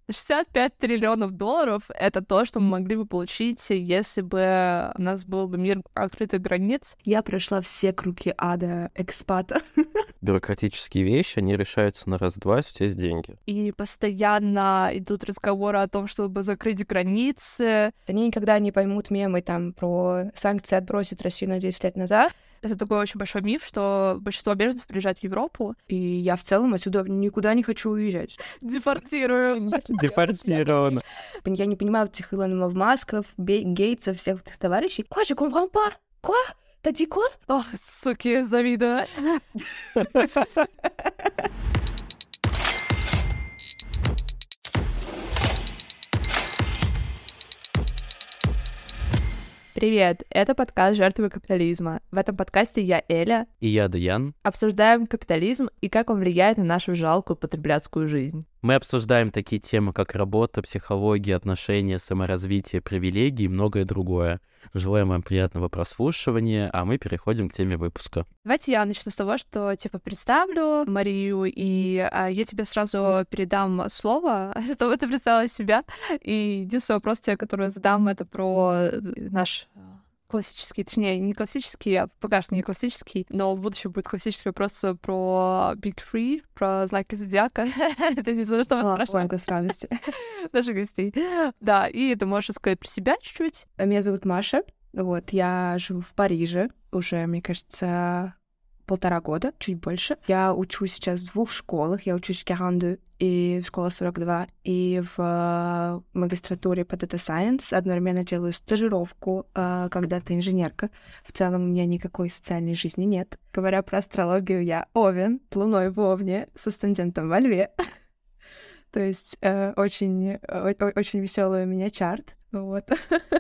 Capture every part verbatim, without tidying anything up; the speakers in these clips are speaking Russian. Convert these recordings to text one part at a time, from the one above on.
шестьдесят пять триллионов долларов — это то, что мы могли бы получить, если бы у нас был бы мир открытых границ. Я прошла все круги ада экспата. Бюрократические вещи, они решаются на раз-два, все деньги. И постоянно идут разговоры о том, чтобы закрыть границы. Они никогда не поймут мемы там про санкции отбросить Россию на десять лет назад. Это такой очень большой миф, что большинство беженцев приезжают в Европу. И я в целом отсюда никуда не хочу уезжать. Депортирую. Депортировано. Я не понимаю этих Илонов Масков, Гейтсов, всех этих товарищей. Quoi, je comprends pas. Quoi? T'as dit quoi? Ох, суки, завидую. Привет, это подкаст «Жертвы капитализма». В этом подкасте я Эля. И я Даян. Обсуждаем капитализм и как он влияет на нашу жалкую потребляцкую жизнь. Мы обсуждаем такие темы, как работа, психология, отношения, саморазвитие, привилегии и многое другое. Желаем вам приятного прослушивания, а мы переходим к теме выпуска. Давайте я начну с того, что, типа, представлю Марию, и а, я тебе сразу передам слово, чтобы ты представила себя. И единственный вопрос тебе, который я задам, это про наш классический, точнее, не классический, а пока что не классический, но в будущем будет классический вопрос про Big Three, про знаки зодиака. Это не за что мы спрашиваем. Это с радостью. Наших гостей. Да, и ты можешь сказать про себя чуть-чуть. Меня зовут Маша. Вот, я живу в Париже уже, мне кажется, полтора года, чуть больше. Я учусь сейчас в двух школах. Я учусь в сорок два и в школе сорок два, и в магистратуре по Data Science. Одновременно делаю стажировку, когда-то инженерка. В целом у меня никакой социальной жизни нет. Говоря про астрологию, я Овен, луной в Овне, с асцендентом во Льве. То есть очень, очень веселый у меня чарт. Вот.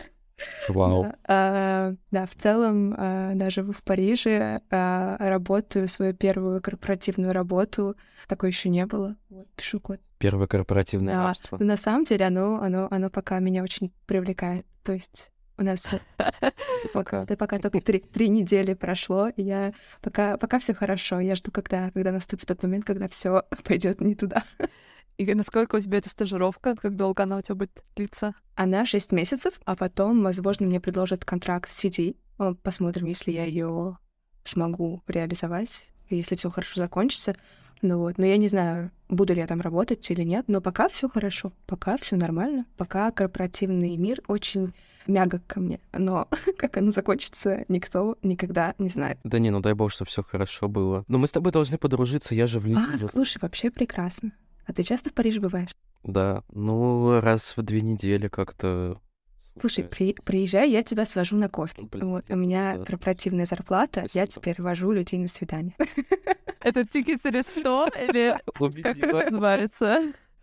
Вау. А, да, в целом, а, даже в Париже а, работаю свою первую корпоративную работу. Такой еще не было. Вот, пишу код. Первое корпоративное Да. рабство. На самом деле оно, оно, оно пока меня очень привлекает. То есть у нас пока, пока только три, три недели прошло, и я пока, пока все хорошо. Я жду, когда, когда наступит тот момент, когда все пойдет не туда. И насколько у тебя эта стажировка? Как долго она у тебя будет длиться? Она шесть месяцев, а потом, возможно, мне предложат контракт с си ди. Посмотрим, если я ее смогу реализовать, если все хорошо закончится. Ну вот, но я не знаю, буду ли я там работать или нет, но пока все хорошо, пока все нормально, пока корпоративный мир очень мягок ко мне. Но как оно закончится, никто никогда не знает. Да не, ну дай бог, чтобы все хорошо было. Но мы с тобой должны подружиться, я же в Ливии. А, слушай, вообще прекрасно. А ты часто в Париже бываешь? Да, ну раз в две недели как-то... Слушай, при, приезжай, я тебя свожу на кофе. Блин, Вот, у меня да. корпоративная зарплата, Спасибо. я теперь вожу людей на свидание. Это тикет сто или как Убедила. это называется?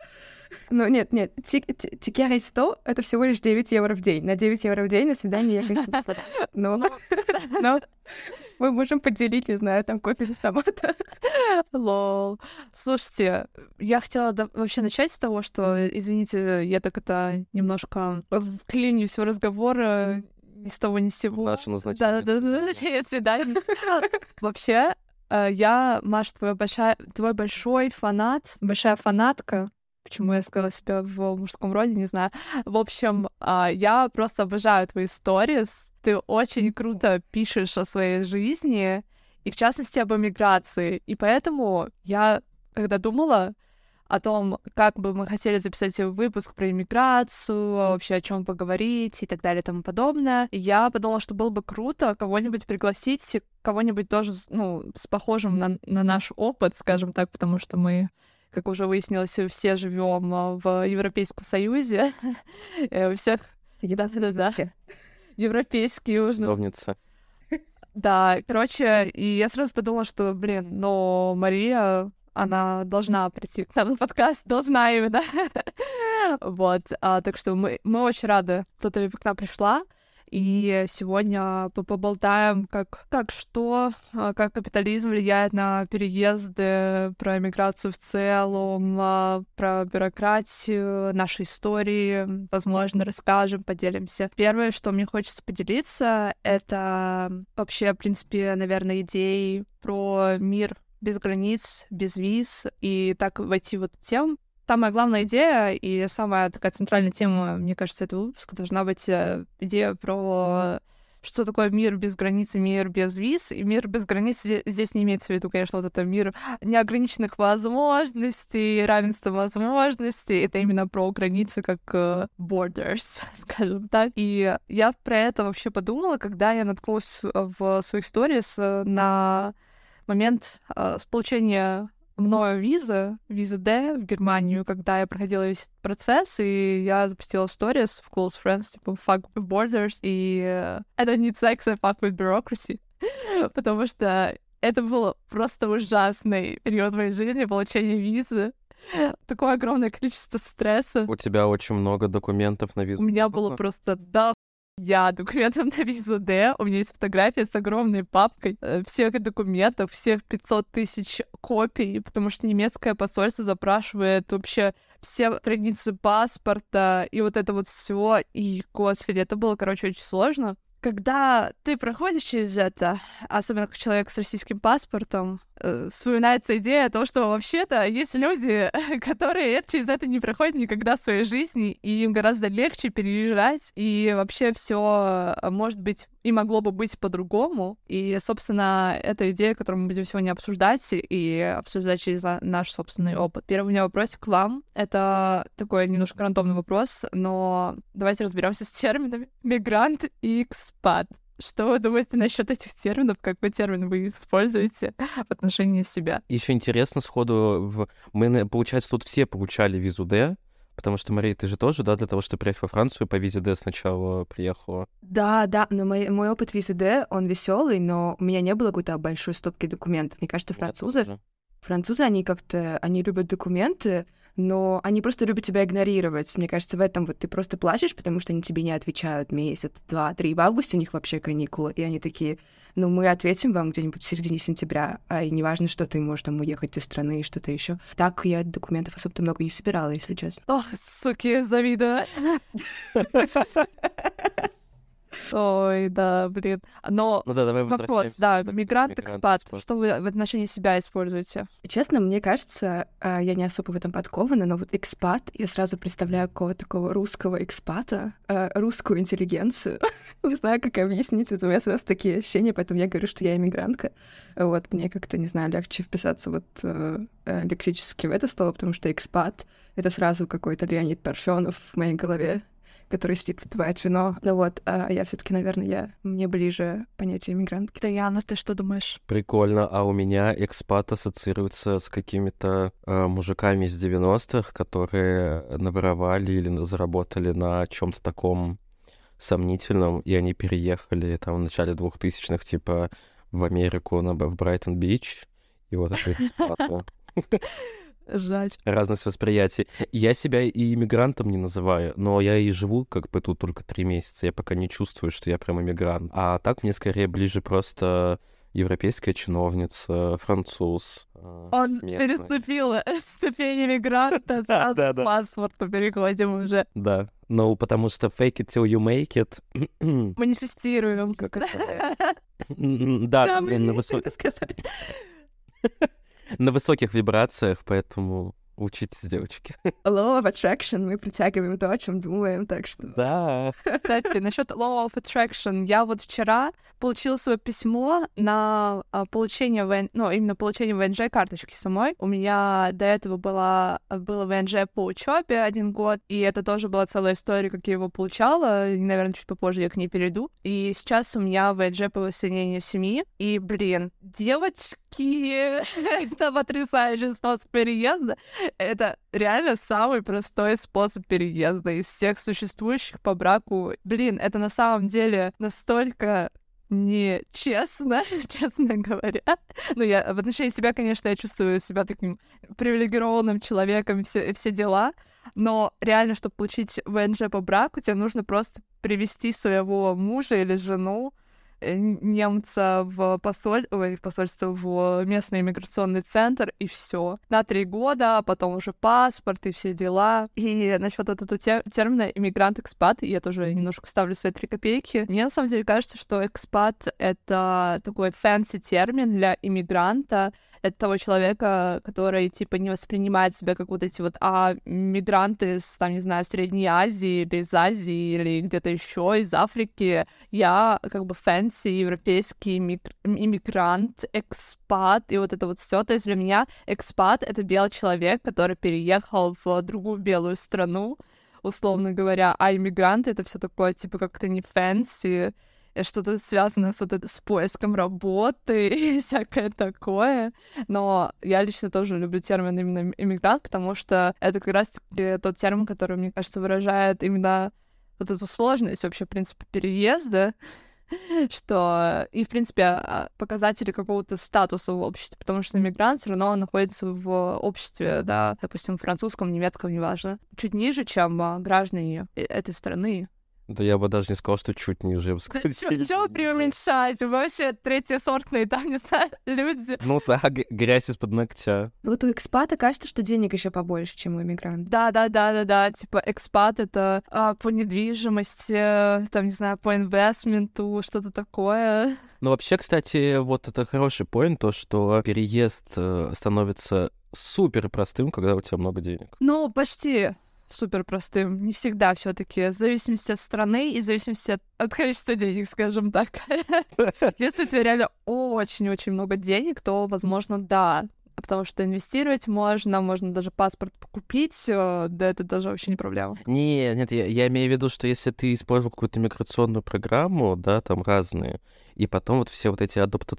Ну, нет, нет, тикеры сто — это всего лишь девять евро в день. На девять евро в день на свидание я, конечно, свожу. Но, но мы можем поделить, не знаю, там кофе за томата. Лол. Слушайте, я хотела да- вообще начать с того, что, извините, я так это немножко вклинюсь в разговор э, ни с того ни с сего. Наше назначение. Да-да-да, назначение свидания. Вообще, э, я, Маша, твой большая, твой большой фанат, большая фанатка. Почему я сказала себя в мужском роде, не знаю. В общем, а, я просто обожаю твои сторис. Ты очень круто пишешь о своей жизни, и в частности об эмиграции. И поэтому я, когда думала о том, как бы мы хотели записать выпуск про эмиграцию, вообще о чем поговорить и так далее и тому подобное, я подумала, что было бы круто кого-нибудь пригласить, кого-нибудь тоже, ну, с похожим на, на наш опыт, скажем так, потому что мы, как уже выяснилось, все живем в Европейском Союзе. У всех... Да-да-да. Европейский уже. Умница. Да, короче, и я сразу подумала, что, блин, но Мария, она должна прийти к нам на подкаст, должна именно. Вот, а, так что мы, мы очень рады, что ты к нам пришла. И сегодня поболтаем, как, как что, как капитализм влияет на переезды, про эмиграцию в целом, про бюрократию, наши истории, возможно, расскажем, поделимся. Первое, что мне хочется поделиться, это вообще, в принципе, наверное, идеи про мир без границ, без виз, и так войти в эту тему. самая главная идея и самая такая центральная тема, мне кажется, этого выпуска должна быть идея про что такое мир без границ и мир без виз. И мир без границ здесь не имеется в виду, конечно, вот это мир неограниченных возможностей, равенства возможностей. Это именно про границы как borders, скажем так. И я про это вообще подумала, когда я наткнулась в своих сторис на момент с получения мною визы, виза D в Германию, когда я проходила весь этот процесс, и я запустила сторис в Close Friends, типа fuck with borders, и I don't need sex, I fuck with bureaucracy, потому что это был просто ужасный период моей жизни, получения визы, такое огромное количество стресса. У тебя очень много документов на визу. У меня было просто да. Я документов на визу D, у меня есть фотография с огромной папкой всех документов, всех пятьсот тысяч копий, потому что немецкое посольство запрашивает вообще все страницы паспорта и вот это вот все. И, господи, это было, короче, очень сложно. Когда ты проходишь через это, особенно как человек с российским паспортом, э, вспоминается идея того, что вообще-то есть люди, которые через это не проходят никогда в своей жизни, и им гораздо легче переезжать, и вообще все может быть и могло бы быть по-другому. И, собственно, это идея, которую мы будем сегодня обсуждать, и обсуждать через наш собственный опыт. Первый у меня вопрос к вам. Это такой немножко рандомный вопрос, но давайте разберемся с терминами. Мигрант и экспат. Что вы думаете насчет этих терминов? Какой термин вы используете в отношении себя? Еще интересно сходу, в... мы, получается, тут все получали визу D, потому что, Мария, ты же тоже, да, для того, чтобы приехать во Францию, по визе D сначала приехала? Да, да, но мой, мой опыт визы D, он веселый, но у меня не было какой-то большой стопки документов. Мне кажется, французы, французы, они как-то, они любят документы, но они просто любят тебя игнорировать. Мне кажется, в этом вот ты просто плачешь, потому что они тебе не отвечают месяц, два, три. В августе у них вообще каникулы, и они такие, ну, мы ответим вам где-нибудь в середине сентября, а и неважно, что ты можешь там уехать из страны и что-то еще. Так я документов особо много не собирала, если честно. Ох, суки, завидую. Ой, да, блин. Но ну, да, давай вопрос, да, мигрант, экспат. Что вы в отношении себя используете? Честно, мне кажется, я не особо в этом подкована, но вот экспат, я сразу представляю какого-то такого русского экспата, русскую интеллигенцию. Не знаю, как объяснить, это у меня сразу такие ощущения, поэтому я говорю, что я иммигрантка. Вот, мне как-то, не знаю, легче вписаться вот лексически в это слово, потому что экспат — это сразу какой-то Леонид Парфёнов в моей голове, который сидит, выпивает вино. Ну вот, а я все таки наверное, я мне ближе понятие мигрантки. Да, Яна, ты что думаешь? Прикольно. А у меня экспат ассоциируется с какими-то э, мужиками из девяностых, которые наворовали или заработали на чем-то таком сомнительном, и они переехали там в начале двухтысячных, типа, в Америку, на, в Брайтон-Бич, и вот это экспат. Жаль. Разность восприятий. Я себя и иммигрантом не называю, но я и живу как бы тут только три месяца. Я пока не чувствую, что я прям иммигрант. А так мне скорее ближе просто европейская чиновница, француз. Он переступил ступень иммигранта, сразу к паспорту переходим уже. Да. Ну, потому что fake it till you make it. Манифестируем. Как это? Да, на высоких... На высоких вибрациях, поэтому учитесь, девочки. Law of attraction, мы притягиваем то, о чем думаем, так что... Да. Кстати, насчет law of attraction. Я вот вчера получила свое письмо на получение, ВН... ну, именно получение вэ эн джэ-карточки самой. У меня до этого была... было вэ эн джэ по учебе один год, и это тоже была целая история, как я его получала. И, наверное, чуть попозже я к ней перейду. И сейчас у меня вэ эн джэ по воссоединению семьи. И, блин, девочки, это потрясающий способ переезда. Это реально самый простой способ переезда из всех существующих по браку. Блин, это на самом деле настолько нечестно, честно говоря. Ну, я в отношении себя, конечно, я чувствую себя таким привилегированным человеком, все, все дела. Но реально, чтобы получить вэ эн джэ по браку, тебе нужно просто привести своего мужа или жену, немца в посоль... Ой, в посольство, в местный иммиграционный центр, и все. На три года, а потом уже паспорт и все дела. И, значит, вот этот тер... термин иммигрант-экспат, и я тоже немножко ставлю свои три копейки. Мне, на самом деле, кажется, что экспат — это такой фэнси термин для иммигранта, это того человека, который, типа, не воспринимает себя как вот эти вот, а, мигранты из, там, не знаю, Средней Азии или из Азии или где-то еще из Африки. Я, как бы, фэнси, европейский иммигр- иммигрант, экспат, и вот это вот все. То есть для меня экспат — это белый человек, который переехал в другую белую страну, условно говоря, а иммигрант — это все такое, типа, как-то не фэнси, что-то связано с, вот это, с поиском работы и всякое такое. Но я лично тоже люблю термин именно иммигрант, потому что это как раз-таки тот термин, который, мне кажется, выражает именно вот эту сложность вообще, в принципе, переезда, что и, в принципе, показатели какого-то статуса в обществе, потому что иммигрант все равно находится в обществе, да, допустим, французском, немецком, неважно, чуть ниже, чем граждане этой страны. Да я бы даже не сказал, что чуть ниже, я бы сказал, сильно. Чего преуменьшать? Вы вообще третьесортные, там, не знаю, люди. Ну да, г- грязь из-под ногтя. Вот у экспата кажется, что денег еще побольше, чем у иммигранта. Да-да-да-да-да, типа экспат — это а, по недвижимости, там, не знаю, по инвестменту, что-то такое. Ну вообще, кстати, вот это хороший поинт, то, что переезд э, становится супер простым, когда у тебя много денег. Ну, почти супер простым. Не всегда все-таки. В зависимости от страны и в зависимости от, от количества денег, скажем так. Если у тебя реально очень-очень много денег, то, возможно, да. Потому что инвестировать можно, можно даже паспорт купить, да, это даже вообще не проблема. Не, нет, я, я имею в виду, что если ты использовал какую-то миграционную программу, да, там разные, и потом вот все вот эти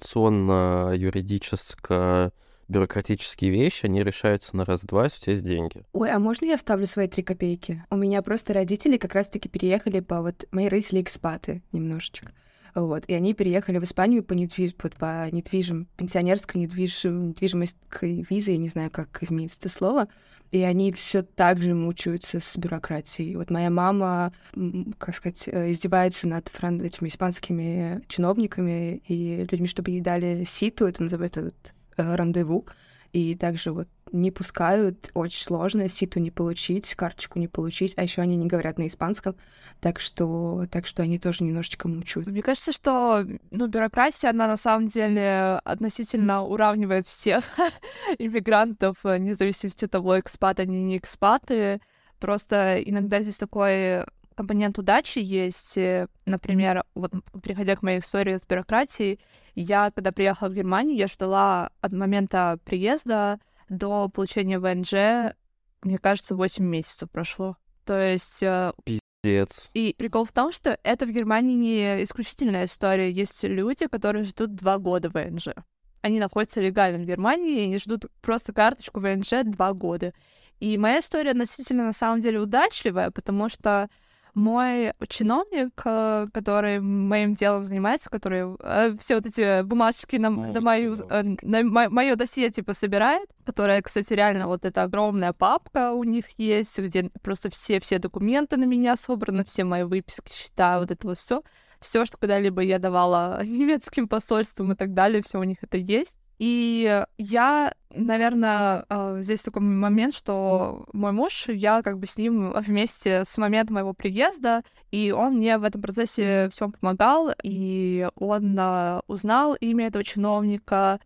адаптационно-юридическо бюрократические вещи, они решаются на раз-два, если у тебя есть деньги. Ой, а можно я вставлю свои три копейки? У меня просто родители как раз-таки переехали по... Вот мои родители экспаты немножечко. Вот, и они переехали в Испанию по, недвиж... вот, по недвижим... пенсионерской недвижим... недвижимостской визе, я не знаю, как изменить это слово, и они все так же мучаются с бюрократией. Вот моя мама, как сказать, издевается над фран... этими испанскими чиновниками и людьми, чтобы ей дали ситу, это называется вот, рандеву, и также вот не пускают, очень сложно ситу не получить, карточку не получить, а еще они не говорят на испанском, так что, так что они тоже немножечко мучают. Мне кажется, что ну, бюрократия, она на самом деле относительно уравнивает всех иммигрантов, вне зависимости от того, экспаты они, не экспаты. Просто иногда здесь такой компонент удачи есть. Например, вот приходя к моей истории с бюрократией, я, когда приехала в Германию, я ждала от момента приезда до получения вэ эн жэ, мне кажется, восемь месяцев прошло. То есть... Пиздец. И прикол в том, что это в Германии не исключительная история. Есть люди, которые ждут два года вэ эн жэ. Они находятся легально в Германии, и они ждут просто карточку вэ эн жэ два года. И моя история относительно, на самом деле, удачливая, потому что мой чиновник, который моим делом занимается, который все вот эти бумажки на, на, мою, на моё досье типа собирает, которая, кстати, реально вот эта огромная папка у них есть, где просто все-все документы на меня собраны, все мои выписки, счета, вот это вот все, все, что когда-либо я давала немецким посольствам и так далее, все у них это есть. И я, наверное, здесь такой момент, что мой муж, я как бы с ним вместе с момента моего приезда, и он мне в этом процессе всем помогал, и он узнал имя этого чиновника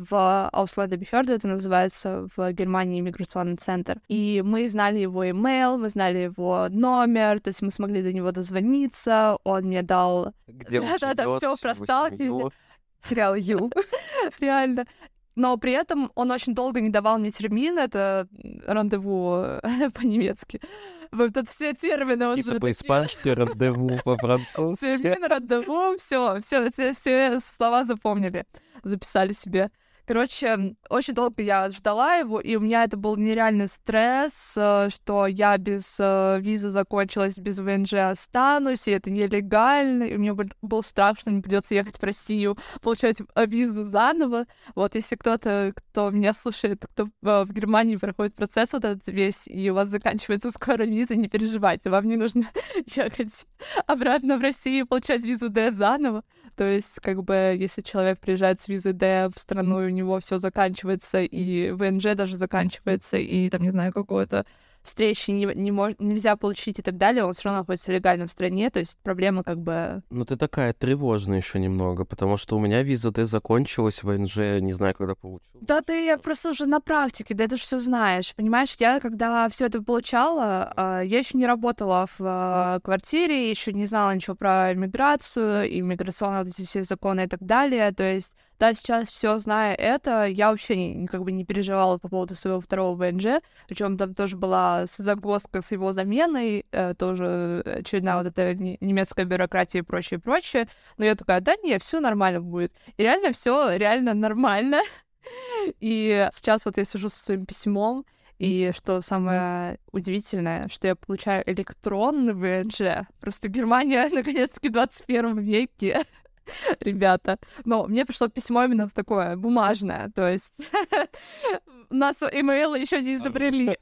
в Ausländerbehörde, это называется в Германии иммиграционный центр. И мы знали его имейл, мы знали его номер, то есть мы смогли до него дозвониться, он мне дал... Где он Да-да-да, живёт, всё про сталкивание. Сериал Ю. Реально. Но при этом он очень долго не давал мне термин, это рандеву по-немецки. Вот это все термины он типа же... по-испански, рандеву по-французски. Термин, рандеву, все, все, все, все слова запомнили, записали себе. Короче, очень долго я ждала его, и у меня это был нереальный стресс, что я без визы закончилась, без вэ эн жэ останусь, и это нелегально, и у меня был, был страх, что мне придется ехать в Россию, получать визу заново. Вот, если кто-то, кто меня слушает, кто в Германии проходит процесс вот этот весь, и у вас заканчивается скоро виза, не переживайте, вам не нужно ехать обратно в Россию, получать визу Д заново. То есть, как бы, если человек приезжает с визой Д в страну, и у него все заканчивается, и вэ эн жэ даже заканчивается, и там, не знаю, какое-то встречи не, не мож, нельзя получить и так далее, он все равно находится легально в стране, то есть проблема как бы... Ну, ты такая тревожная еще немного, потому что у меня виза Д закончилась, в ВНЖ не знаю, когда получу. Да ты просто уже на практике, да ты же все знаешь, понимаешь, я когда все это получала, я еще не работала в квартире, еще не знала ничего про иммиграцию, иммиграционные вот эти все законы и так далее, то есть да, сейчас все зная это, я вообще не, как бы не переживала по поводу своего второго ВНЖ, причем там тоже была загвоздка с его заменой, э, тоже очередная вот эта немецкая бюрократия и прочее, прочее. Но я такая, да нет, все нормально будет. И реально все реально нормально. И сейчас вот я сижу со своим письмом, и что самое удивительное, что я получаю электронный ВНЖ. Просто Германия, наконец-таки, в двадцать первом веке. Ребята. Но мне пришло письмо именно такое, бумажное, то есть нас имейлы еще не изобрели.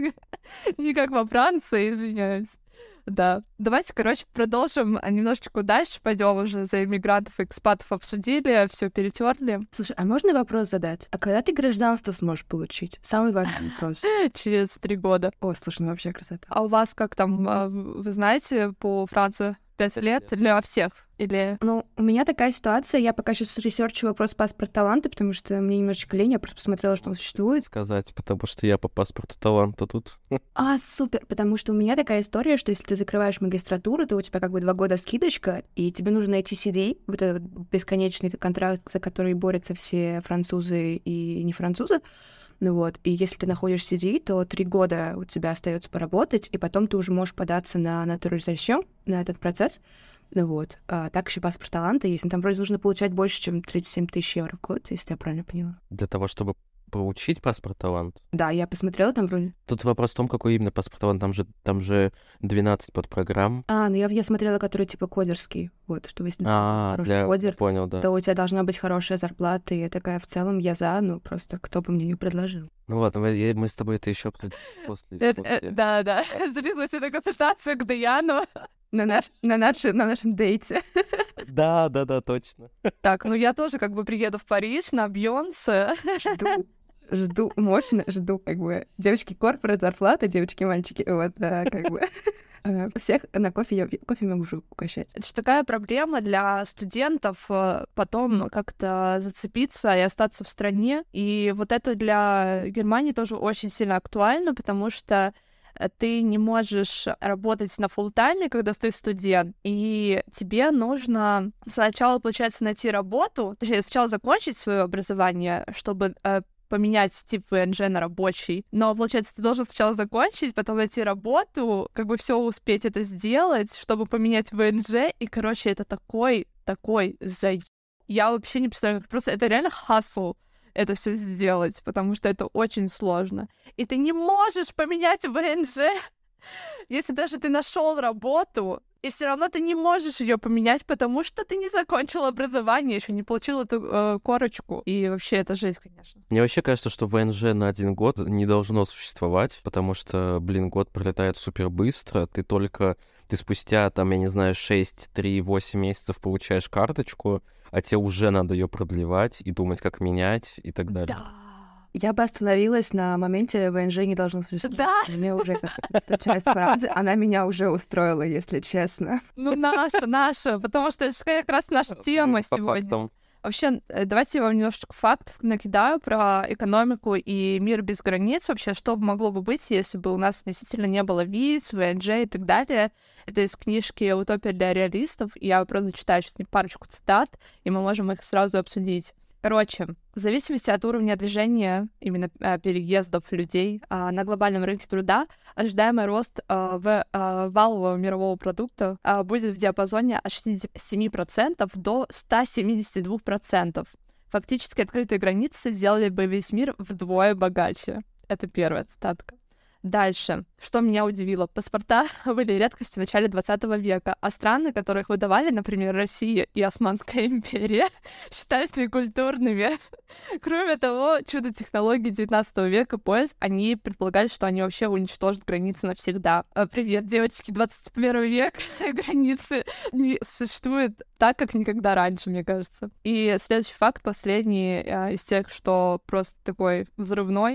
Не как во Франции, извиняюсь. Да. Давайте, короче, продолжим немножечко дальше, пойдем уже за иммигрантов и экспатов обсудили, все перетерли. Слушай, а можно вопрос задать? А когда ты гражданство сможешь получить? Самый важный вопрос. Через три года. О, слушай, ну вообще красота. А у вас как там, вы знаете, по Франции? Пять лет для всех? Или... Ну, у меня такая ситуация, я пока сейчас ресерчу вопрос паспорт таланта, потому что мне немножечко лень, я просто посмотрела, что он существует. Сказать, потому что я по паспорту таланта тут. А, супер, потому что у меня такая история, что если ты закрываешь магистратуру, то у тебя как бы два года скидочка, и тебе нужно найти си ди, вот этот бесконечный контракт, за который борются все французы и не французы. Ну вот, и если ты находишь си ди, то три года у тебя остается поработать, и потом ты уже можешь податься на натурализацию, на этот процесс. Ну вот, а так еще паспорт таланта есть. Но там вроде нужно получать больше, чем тридцать семь тысяч евро в год, если я правильно поняла. Для того, чтобы получить паспорт талант? Да, я посмотрела там вроде. Тут вопрос в том, какой именно паспорт талант. Там же, там же двенадцать подпрограмм. А, ну я, я смотрела, который типа кодерский. Вот, что если а, хороший для... кодер, понял, да. то у тебя должна быть хорошая зарплата. И я такая, в целом, я за, ну просто кто бы мне не предложил. Ну ладно, мы, мы с тобой это еще после. Да, да. Записывайся на консультацию к Даяну. На, наш, на, наш, на нашем дейте. Да, да, да, точно. Так, ну я тоже как бы приеду в Париж на Бейонсе. Жду, жду, мощно жду, как бы. Девочки корпорат, зарплата, девочки-мальчики, вот, да, как бы. Всех на кофе я кофе могу уже угощать. Это же такая проблема для студентов потом как-то зацепиться и остаться в стране. И вот это для Германии тоже очень сильно актуально, потому что ты не можешь работать на фулл-тайме, когда ты студент, и тебе нужно сначала, получается, найти работу, точнее, сначала закончить свое образование, чтобы э, поменять тип ВНЖ на рабочий. Но, получается, ты должен сначала закончить, потом найти работу, как бы все успеть это сделать, чтобы поменять ВНЖ, и, короче, это такой, такой заеб. Я вообще не представляю, как просто это реально хасл это все сделать, потому что это очень сложно. И ты не можешь поменять ВНЖ, если даже ты нашел работу, и все равно ты не можешь ее поменять, потому что ты не закончил образование, еще не получил эту э, корочку. И вообще это жесть, конечно. Мне вообще кажется, что ВНЖ на один год не должно существовать, потому что, блин, год пролетает супер быстро. Ты только, ты спустя, там, я не знаю, шесть, три, восемь месяцев получаешь карточку, а тебе уже надо ее продлевать и думать, как менять и так далее. Да. Я бы остановилась на моменте ВНЖ не должно существовать. Да. Мне уже эта часть фразы, она меня уже устроила, если честно. Ну, наша, наша, потому что это как раз наша тема сегодня. Вообще, давайте я вам немножечко фактов накидаю про экономику и мир без границ. Вообще, что могло бы быть, если бы у нас действительно не было виз, ВНЖ и так далее. Это из книжки «Утопия для реалистов». Я просто зачитаю сейчас парочку цитат, и мы можем их сразу обсудить. Короче, в зависимости от уровня движения, именно э, переездов людей э, на глобальном рынке труда, ожидаемый рост э, в, э, валового мирового продукта э, будет в диапазоне от шестидесяти семи процентов до ста семидесяти двух процентов. Фактически открытые границы сделали бы весь мир вдвое богаче. Это первая цитатка. Дальше. Что меня удивило? Паспорта были редкостью в начале двадцатого века, а страны, которых выдавали, например, Россия и Османская империя, считались некультурными. Кроме того, чудо технологий девятнадцатого века, поезд, они предполагали, что они вообще уничтожат границы навсегда. Привет, девочки, двадцать первый век, границы не существуют так, как никогда раньше, мне кажется. И следующий факт, последний из тех, что просто такой взрывной.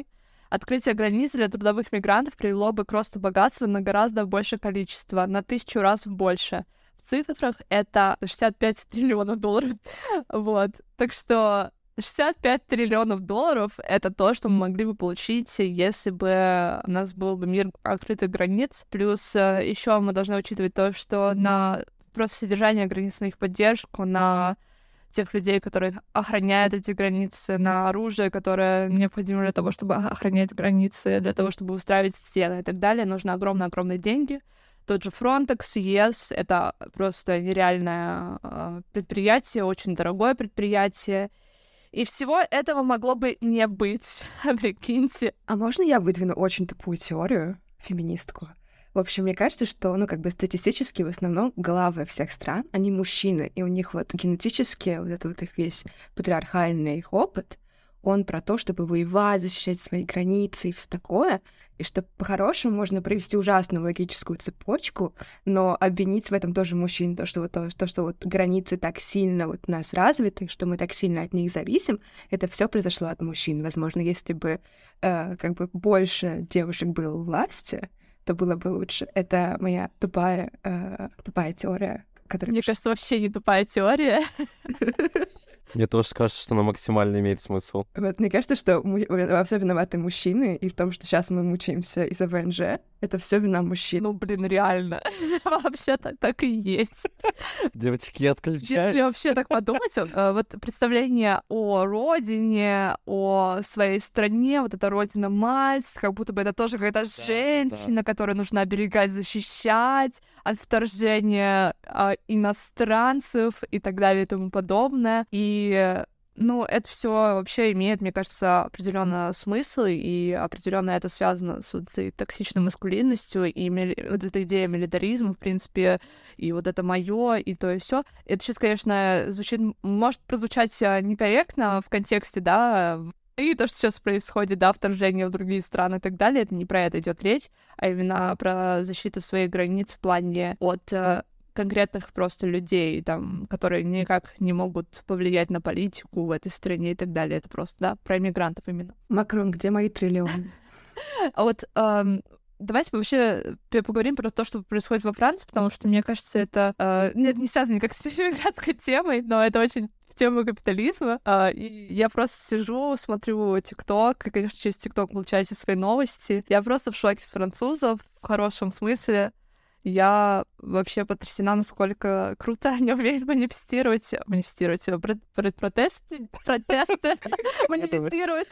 Открытие границ для трудовых мигрантов привело бы к росту богатства на гораздо большее количество, на тысячу раз больше. В цифрах это шестьдесят пять триллионов долларов. Вот. Так что шестьдесят пять триллионов долларов — это то, что мы могли бы получить, если бы у нас был бы мир открытых границ. Плюс еще мы должны учитывать то, что на просто содержание границ, на их поддержку, на тех людей, которые охраняют эти границы, на оружие, которое необходимо для того, чтобы охранять границы, для того, чтобы устраивать стены и так далее, нужно огромные-огромные деньги. Тот же Frontex, ЕС — это просто нереальное э, предприятие, очень дорогое предприятие. И всего этого могло бы не быть, прикиньте. А можно я выдвину очень тупую теорию, феминистку? В общем, мне кажется, что, ну, как бы статистически в основном главы всех стран, они мужчины, и у них вот генетически вот это вот их весь патриархальный их опыт, он про то, чтобы воевать, защищать свои границы и все такое, и что по-хорошему можно провести ужасную логическую цепочку, но обвинить в этом тоже мужчин, то, что вот, то, то, что вот границы так сильно вот у нас развиты, что мы так сильно от них зависим, это все произошло от мужчин. Возможно, если бы э, как бы больше девушек было у власти, то было бы лучше. Это моя тупая, э, тупая теория, которая... Мне кажется, вообще не тупая теория. Мне тоже кажется, что она максимально имеет смысл. Вот, мне кажется, что му- во всем виноваты мужчины, и в том, что сейчас мы мучаемся из-за ВНЖ, это все вина мужчин. Ну, блин, реально. Вообще так, так и есть. Девочки, я отключаюсь. Если вообще так подумать, вот представление о родине, о своей стране, вот эта родина-мать, как будто бы это тоже какая-то да, женщина, да. которую нужно оберегать, защищать от вторжения а, иностранцев и так далее и тому подобное. И ну, это все вообще имеет, мне кажется, определенный смысл, и определенно это связано с вот этой токсичной маскулинностью, и мили... вот эта идея милитаризма, в принципе, и вот это моё, и то, и все. Это сейчас, конечно, звучит, может прозвучать некорректно в контексте, да, и то, что сейчас происходит, да, вторжение в другие страны и так далее, это не про это идет речь, а именно про защиту своих границ в плане от конкретных просто людей, там, которые никак не могут повлиять на политику в этой стране и так далее. Это просто, да, про иммигрантов именно. Макрон, где мои триллионы? А вот эм, давайте вообще поговорим про то, что происходит во Франции, потому что, мне кажется, это э, нет, не связано никак с иммигрантской темой, но это очень в тему капитализма. Э, и я просто сижу, смотрю ТикТок, и, конечно, через ТикТок получаю все свои новости. Я просто в шоке с французов, в хорошем смысле. Я вообще потрясена, насколько круто они умеют манифестировать, манифестировать, протесты, протесты, манифестировать.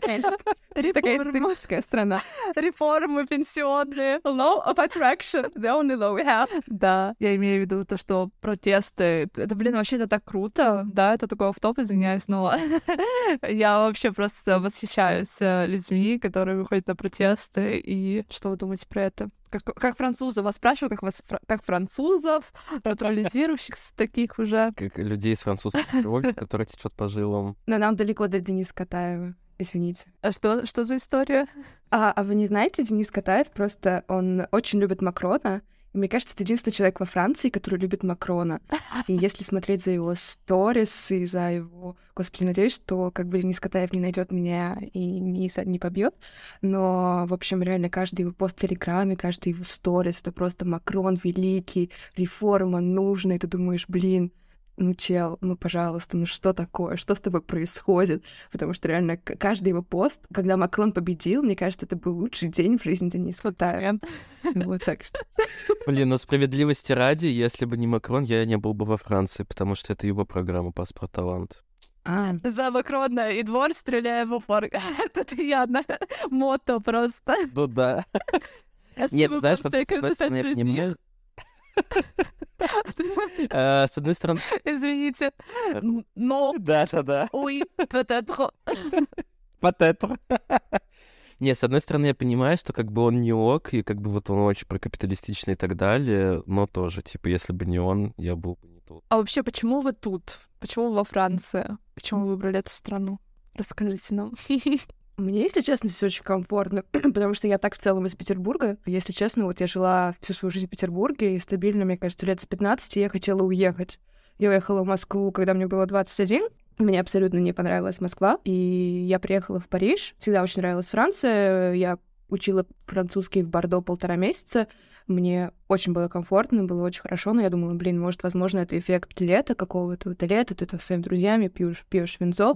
Такая экстремистская страна. Реформы пенсионные. Law of attraction, the only law we have. Да, я имею в виду то, что протесты, это, блин, вообще это так круто, да, это такой офф-топ, извиняюсь, но я вообще просто восхищаюсь людьми, которые выходят на протесты, и что вы думаете про это? Как, как французы, вас спрашиваю, как вас как французов, натурализирующихся таких уже. Как людей с французской кровью, которые течет по жилам. Но нам далеко до Дениса Катаева, извините. А что, что за история? А, а вы не знаете, Денис Катаев просто, он очень любит Макрона. И мне кажется, это единственный человек во Франции, который любит Макрона. И если смотреть за его сторис и за его... Господи, надеюсь, что как бы Денис Катаев не найдет меня и не, не побьет. Но, в общем, реально каждый его пост в Телеграме, каждый его сторис — это просто Макрон великий, реформа нужна. И ты думаешь, блин, ну, чел, ну, пожалуйста, ну что такое? Что с тобой происходит? Потому что реально каждый его пост, когда Макрон победил, мне кажется, это был лучший день в жизни Дениса Катаева. Вот так что. Блин, но справедливости ради, если бы не Макрон, я не был бы во Франции, потому что это его программа «Паспорт талант». А. За Макрона и двор стреляю в упор. Это я на мото просто. Ну да. Нет, знаешь, мне... С одной стороны... Извините. Но... Да-да-да. Oui, peut-être. Peut-être. Не, с одной стороны, я понимаю, что как бы он не ок, и как бы вот он очень прокапиталистичный и так далее, но тоже, типа, если бы не он, я был бы не тут. А вообще, почему вы тут? Почему во Франции? Почему вы выбрали эту страну? Расскажите нам. Мне, если честно, здесь очень комфортно, потому что я так в целом из Петербурга. Если честно, вот я жила всю свою жизнь в Петербурге, и стабильно, мне кажется, лет с пятнадцати я хотела уехать. Я уехала в Москву, когда мне было двадцать один, Мне абсолютно не понравилась Москва, и я приехала в Париж. Всегда очень нравилась Франция. Я учила французский в Бордо полтора месяца. Мне очень было комфортно, было очень хорошо, но я думала, блин, может, возможно, это эффект лета какого-то. Вот лето, ты там со своими друзьями пьешь, пьешь винцо.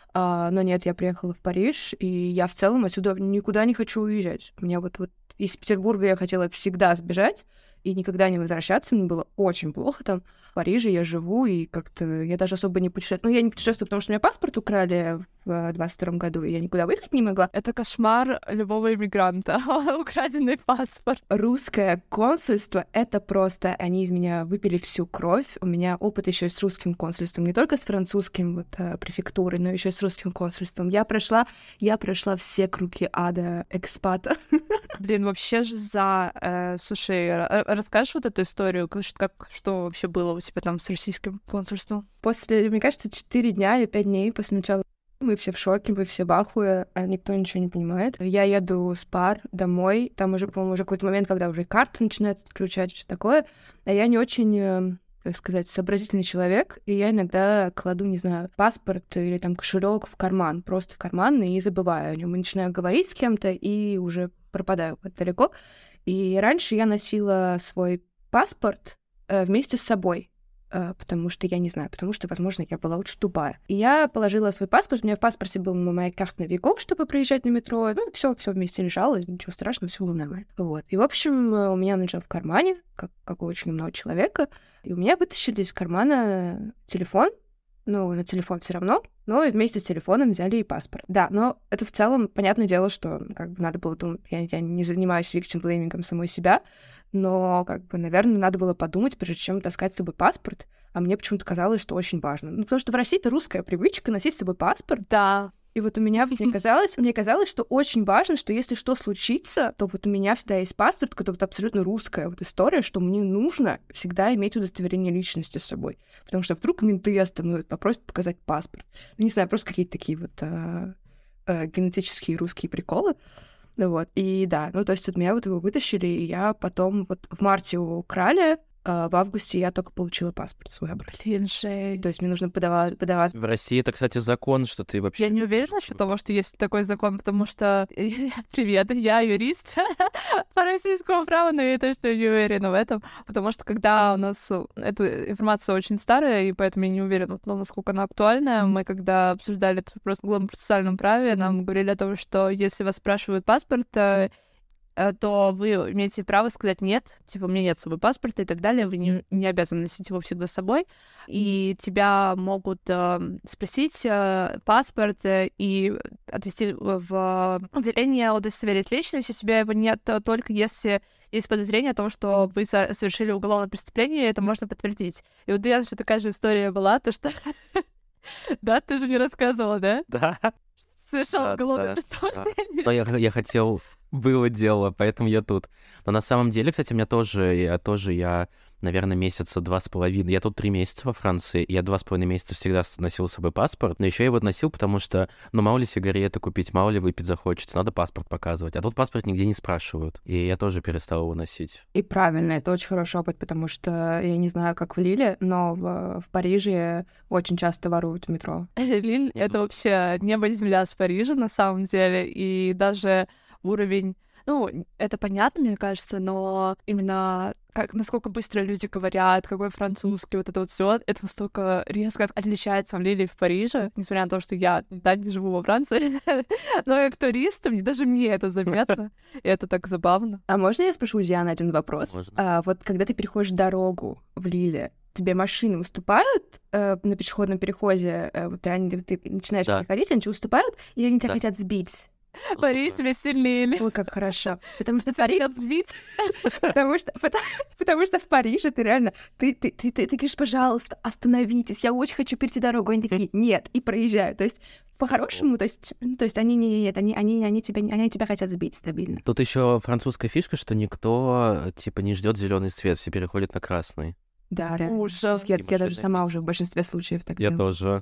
А, но нет, я приехала в Париж, и я в целом отсюда никуда не хочу уезжать. У меня вот, вот из Петербурга я хотела всегда сбежать и никогда не возвращаться. Мне было очень плохо там. В Париже я живу, и как-то я даже особо не путешествую. Ну, я не путешествую, потому что у меня паспорт украли в двадцать втором году, и я никуда выехать не могла. Это кошмар любого иммигранта. Украденный паспорт. Русское консульство — это просто... Они из меня выпили всю кровь. У меня опыт еще и с русским консульством. Не только с французским вот, префектурой, но еще и с русским консульством. Я прошла, я прошла все круги ада экспата. Блин, вообще же за... Э, слушай, расскажешь вот эту историю? Как, как, что вообще было у тебя там с российским консульством? После, мне кажется, четыре дня или пять дней после начала мы все в шоке, мы все в ахуе, а никто ничего не понимает. Я еду с пар домой, там уже, по-моему, уже какой-то момент, когда уже карты начинают отключать, что такое, а я не очень, как сказать, сообразительный человек, и я иногда кладу, не знаю, паспорт или там кошелек в карман, просто в карман, и забываю о нем, и начинаю говорить с кем-то, и уже пропадаю далеко. И раньше я носила свой паспорт э, вместе с собой, потому что, я не знаю, потому что, возможно, я была очень тупая. И я положила свой паспорт, у меня в паспорте был моя карта Навиго, чтобы проезжать на метро, ну, все все вместе лежало, ничего страшного, все было нормально. Вот. И, в общем, у меня он лежал в кармане, как, как у очень умного человека, и у меня вытащили из кармана телефон, ну, на телефон все равно, но и вместе с телефоном взяли и паспорт. Да, но это в целом, понятное дело, что как бы надо было думать, я, я не занимаюсь виктим-блеймингом самой себя, но, как бы, наверное, надо было подумать, прежде чем таскать с собой паспорт, а мне почему-то казалось, что очень важно. Ну, потому что в России это русская привычка носить с собой паспорт. Да. И вот у меня мне казалось, мне казалось, что очень важно, что если что случится, то вот у меня всегда есть паспорт, это вот абсолютно русская вот история, что мне нужно всегда иметь удостоверение личности с собой. Потому что вдруг менты остановят, попросят показать паспорт. Не знаю, просто какие-то такие вот а, а, генетические русские приколы. Вот. И да, ну то есть от меня вот его вытащили, и я потом вот в марте его украли, а в августе я только получила паспорт свой обратно. Блин, жесть. То есть мне нужно подавать... подавать... В России это, кстати, закон, что ты вообще... Я не уверена насчет того, что есть такой закон, потому что... Привет, я юрист по российскому праву, но я точно не уверена в этом, потому что когда у нас... Эта информация очень старая, и поэтому я не уверена, ну, насколько она актуальна. Мы когда обсуждали этот вопрос в уголовном процессуальном праве, нам говорили о том, что если вас спрашивают паспорт, то вы имеете право сказать «нет», типа «у меня нет с собой паспорта» и так далее, вы не, не обязаны носить его всегда с собой, и тебя могут э, спросить э, паспорт э, и отвезти в отделение удостоверить личность, если у тебя его нет, только если есть подозрение о том, что вы совершили уголовное преступление, это можно подтвердить. И вот я же такая же история была, то что... Да, ты же мне рассказывала, да? Да. Совершал уголовное преступление. Но я, я хотел... Было дело, поэтому я тут. Но на самом деле, кстати, у меня тоже, я тоже, я, наверное, месяца два с половиной. Я тут три месяца во Франции, и я два с половиной месяца всегда носил с собой паспорт, но еще я его носил, потому что, ну, мало ли сигареты купить, мало ли выпить захочется, надо паспорт показывать. А тут паспорт нигде не спрашивают, и я тоже перестал его носить. И правильно, это очень хороший опыт, потому что я не знаю, как в Лиле, но в, в Париже очень часто воруют в метро. Лиль — это вообще небо и земля с Парижем, на самом деле, и даже уровень, ну, это понятно, мне кажется, но именно как, насколько быстро люди говорят, какой французский, вот это вот все, это настолько резко отличается в Лиле и в Париже, несмотря на то, что я, да, не живу во Франции, но как турист, мне, даже мне это заметно, и это так забавно. А можно я спрошу у Дианы один вопрос? А, вот когда ты переходишь дорогу в Лиле, тебе машины уступают э, на пешеходном переходе, э, вот они, ты начинаешь да. переходить, они тебе уступают, или они тебя да. хотят сбить? Париж веселее. Ой, как хорошо. Потому что Париж... потому, что, потому, потому что в Париже ты реально... Ты, ты, ты, ты, ты говоришь, пожалуйста, остановитесь, я очень хочу перейти дорогу. Они такие, нет, и проезжают. То есть по-хорошему, то есть, то есть они не нет, они, они, они, тебя, они тебя хотят сбить стабильно. Тут еще французская фишка, что никто, типа, не ждет зеленый свет, все переходят на красный. Да, реально. Ужас. Я, я даже сама уже в большинстве случаев так я делаю. Я тоже.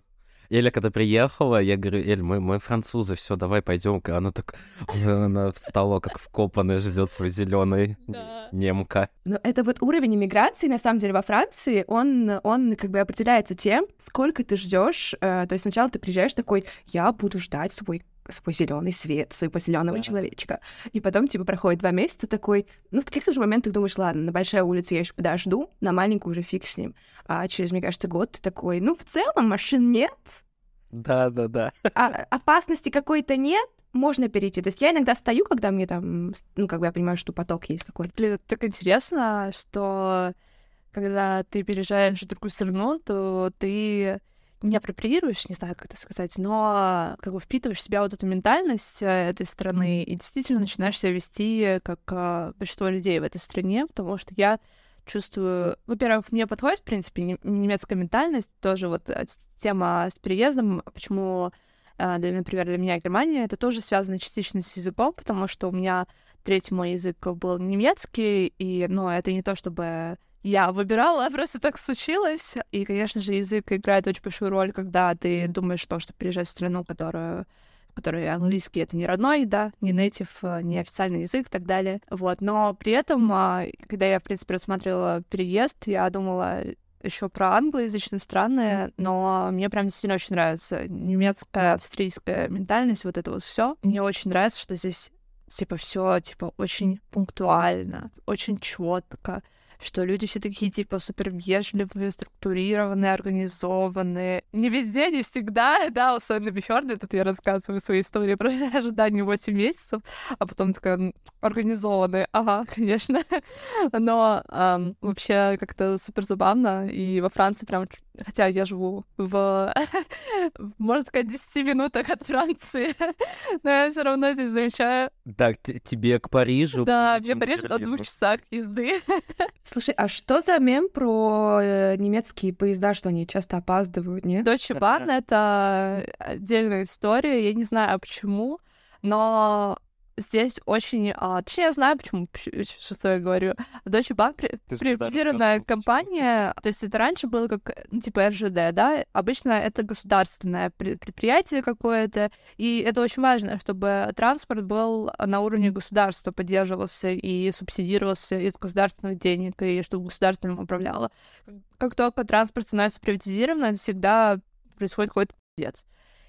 Эля, когда приехала, я говорю: Эль, мы, мы французы, все, давай пойдем. Она так, она встала как вкопанная, ждет свой зеленый немка. Но это вот уровень иммиграции, на самом деле, во Франции, он, он как бы определяется тем, сколько ты ждешь. Э, то есть сначала ты приезжаешь такой: я буду ждать свой свой зеленый свет, своего зеленого да. человечка. И потом, типа, проходит два месяца, такой, ну, в каких-то же моментах думаешь: ладно, на большой улице я еще подожду, на маленькую уже фиг с ним. А через, мне кажется, год ты такой: ну, в целом машин нет. Да-да-да. А опасности какой-то нет, можно перейти. То есть я иногда стою, когда мне там, ну, как бы я понимаю, что поток есть какой-то. Блин, это так интересно, что когда ты переезжаешь в другую страну, то ты не апроприируешь, не знаю, как это сказать, но как бы впитываешь в себя вот эту ментальность этой страны и действительно начинаешь себя вести как а, большинство людей в этой стране, потому что я чувствую... Во-первых, мне подходит, в принципе, немецкая ментальность, тоже вот тема с переездом, почему, для, например, для меня Германия, это тоже связано частично с языком, потому что у меня третий мой язык был немецкий, и, ну, это не то, чтобы... Я выбирала, просто так случилось. И, конечно же, язык играет очень большую роль, когда ты думаешь о том, что приезжаешь в страну, которую, в которой английский — это не родной, да, не native, не официальный язык и так далее. Вот. Но при этом, когда я, в принципе, рассматривала переезд, я думала еще про англоязычные страны, но мне прям действительно очень нравится немецкая, австрийская ментальность, вот это вот все. Мне очень нравится, что здесь типа все типа очень пунктуально, очень четко, что люди все такие, типа, супер вежливые, структурированные, организованные. Не везде, не всегда, да, условно Бифёрде, тут я рассказываю свои истории про ожидание восемь месяцев, а потом такая организованная, ага, конечно. Но эм, вообще как-то супер забавно, и во Франции прям, хотя я живу в, можно сказать, десяти минутах от Франции, но я все равно здесь замечаю. Так, тебе к Парижу? Да, мне Париж о двух часах езды. Слушай, а что за мем про э, немецкие поезда, что они часто опаздывают, нет? Deutsche Bahn — это отдельная история, я не знаю почему, но здесь очень... А, точнее, я знаю, почему, что я говорю. Deutsche Bahn — приватизированная компания, то есть это раньше было как, ну, типа эр жэ дэ, да? Обычно это государственное предприятие какое-то, и это очень важно, чтобы транспорт был на уровне государства, поддерживался и субсидировался из государственных денег, и чтобы государство им управляло. Как только транспорт становится приватизированным, это всегда происходит какой-то пиздец.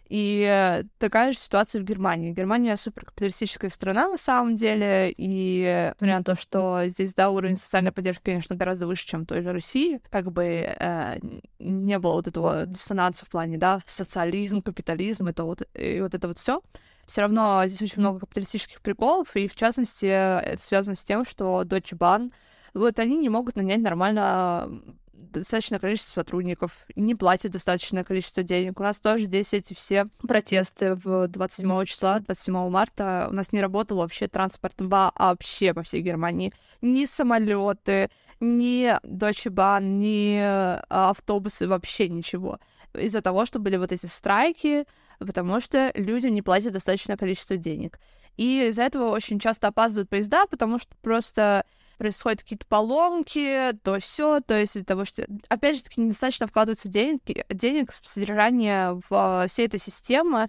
И такая же ситуация в Германии. Германия суперкапиталистическая страна на самом деле, и несмотря на то, что здесь, да, уровень социальной поддержки, конечно, гораздо выше, чем в той же России, как бы э, не было вот этого диссонанса в плане, да, социализм, капитализм, это вот, и вот это вот все. Все равно здесь очень много капиталистических приколов, и в частности это связано с тем, что Deutsche Bahn, вот они не могут нанять нормально достаточное количество сотрудников, не платят достаточное количество денег. У нас тоже здесь эти все протесты в двадцать седьмого числа, двадцать седьмого марта. У нас не работал вообще транспорт вообще по всей Германии. Ни самолеты, ни Deutsche Bahn, ни автобусы, вообще ничего. Из-за того, что были вот эти страйки, потому что людям не платят достаточное количество денег. И из-за этого очень часто опаздывают поезда, потому что просто происходят какие-то поломки, то все, то есть из-за того, что, опять же таки, недостаточно вкладывается денег, денег в содержание в всей этой системы,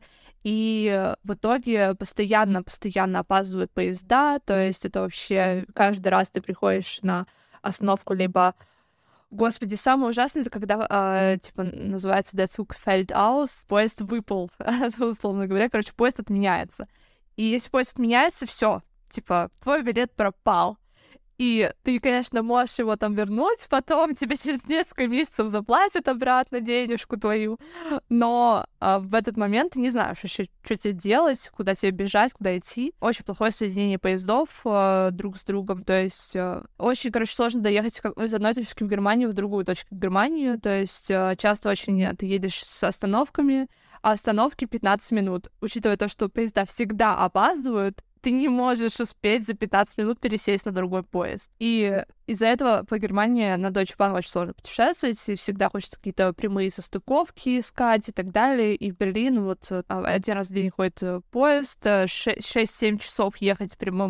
и в итоге постоянно-постоянно опаздывают поезда, то есть это вообще каждый раз ты приходишь на остановку либо... Господи, самое ужасное, это когда, э, типа, называется «Der Zug fällt aus», поезд выпал, условно говоря, короче, поезд отменяется. И если поезд отменяется, все, типа, твой билет пропал. И ты, конечно, можешь его там вернуть потом, тебе через несколько месяцев заплатят обратно денежку твою, но а, в этот момент ты не знаешь еще, что тебе делать, куда тебе бежать, куда идти. Очень плохое соединение поездов а, друг с другом, то есть а, очень, короче, сложно доехать из одной точки в Германию в другую точку в Германию, то есть а, часто очень ты едешь с остановками, а остановки пятнадцать минут. Учитывая то, что поезда всегда опаздывают, ты не можешь успеть за пятнадцать минут пересесть на другой поезд. И из-за этого по Германии на Deutsche Bahn очень сложно путешествовать, и всегда хочется какие-то прямые состыковки искать и так далее. И в Берлин вот один раз в день ходит поезд, шесть-семь часов ехать прямым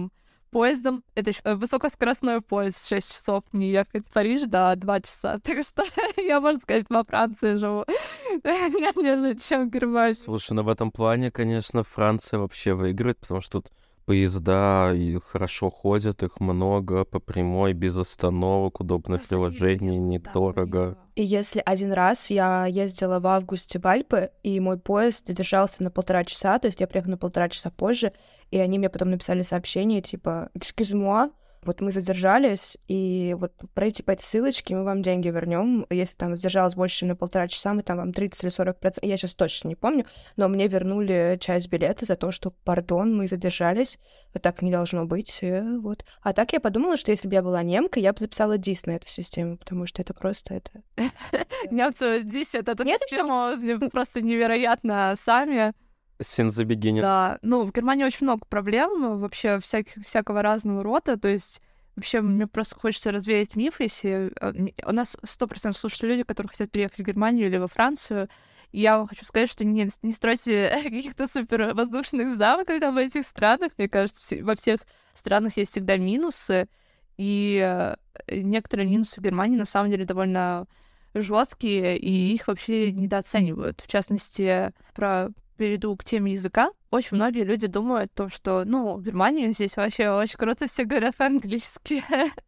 Поездом, это еще высокоскоростной поезд, шесть часов не ехать. В Париж, да, два часа. Так что я, можно сказать, во Франции живу, нежели чем в Германии. Слушай, ну в этом плане, конечно, Франция вообще выиграет, потому что тут поезда и хорошо ходят, их много, по прямой, без остановок, удобное Да, приложение, заметила, да, недорого. заметила. И если один раз я ездила в августе в Альпы, и мой поезд задержался на полтора часа, то есть я приехала на полтора часа позже, и они мне потом написали сообщение, типа, «Excuse moi, вот мы задержались, и вот пройти по этой ссылочке, мы вам деньги вернем. Если там задержалось больше, чем на полтора часа, мы там вам тридцать или сорок процентов, я сейчас точно не помню, но мне вернули часть билета за то, что, пардон, мы задержались, так не должно быть, э, вот». А так я подумала, что если бы я была немкой, я бы записала дис на эту систему, потому что это просто это... Немцы дис эту Нет, систему просто невероятно сами. Since the beginning. Да, ну, в Германии очень много проблем вообще всяких, всякого разного рода, то есть вообще мне просто хочется развеять миф, если... У нас сто процентов слушают люди, которые хотят приехать в Германию или во Францию, и я вам хочу сказать, что не, не стройте каких-то супер воздушных замков там в этих странах, мне кажется, во всех странах есть всегда минусы, и некоторые минусы в Германии на самом деле довольно жесткие, и их вообще недооценивают. В частности, про перейду к теме языка. Очень многие люди думают то, что, ну, в Германии здесь вообще очень круто, все говорят по-английски.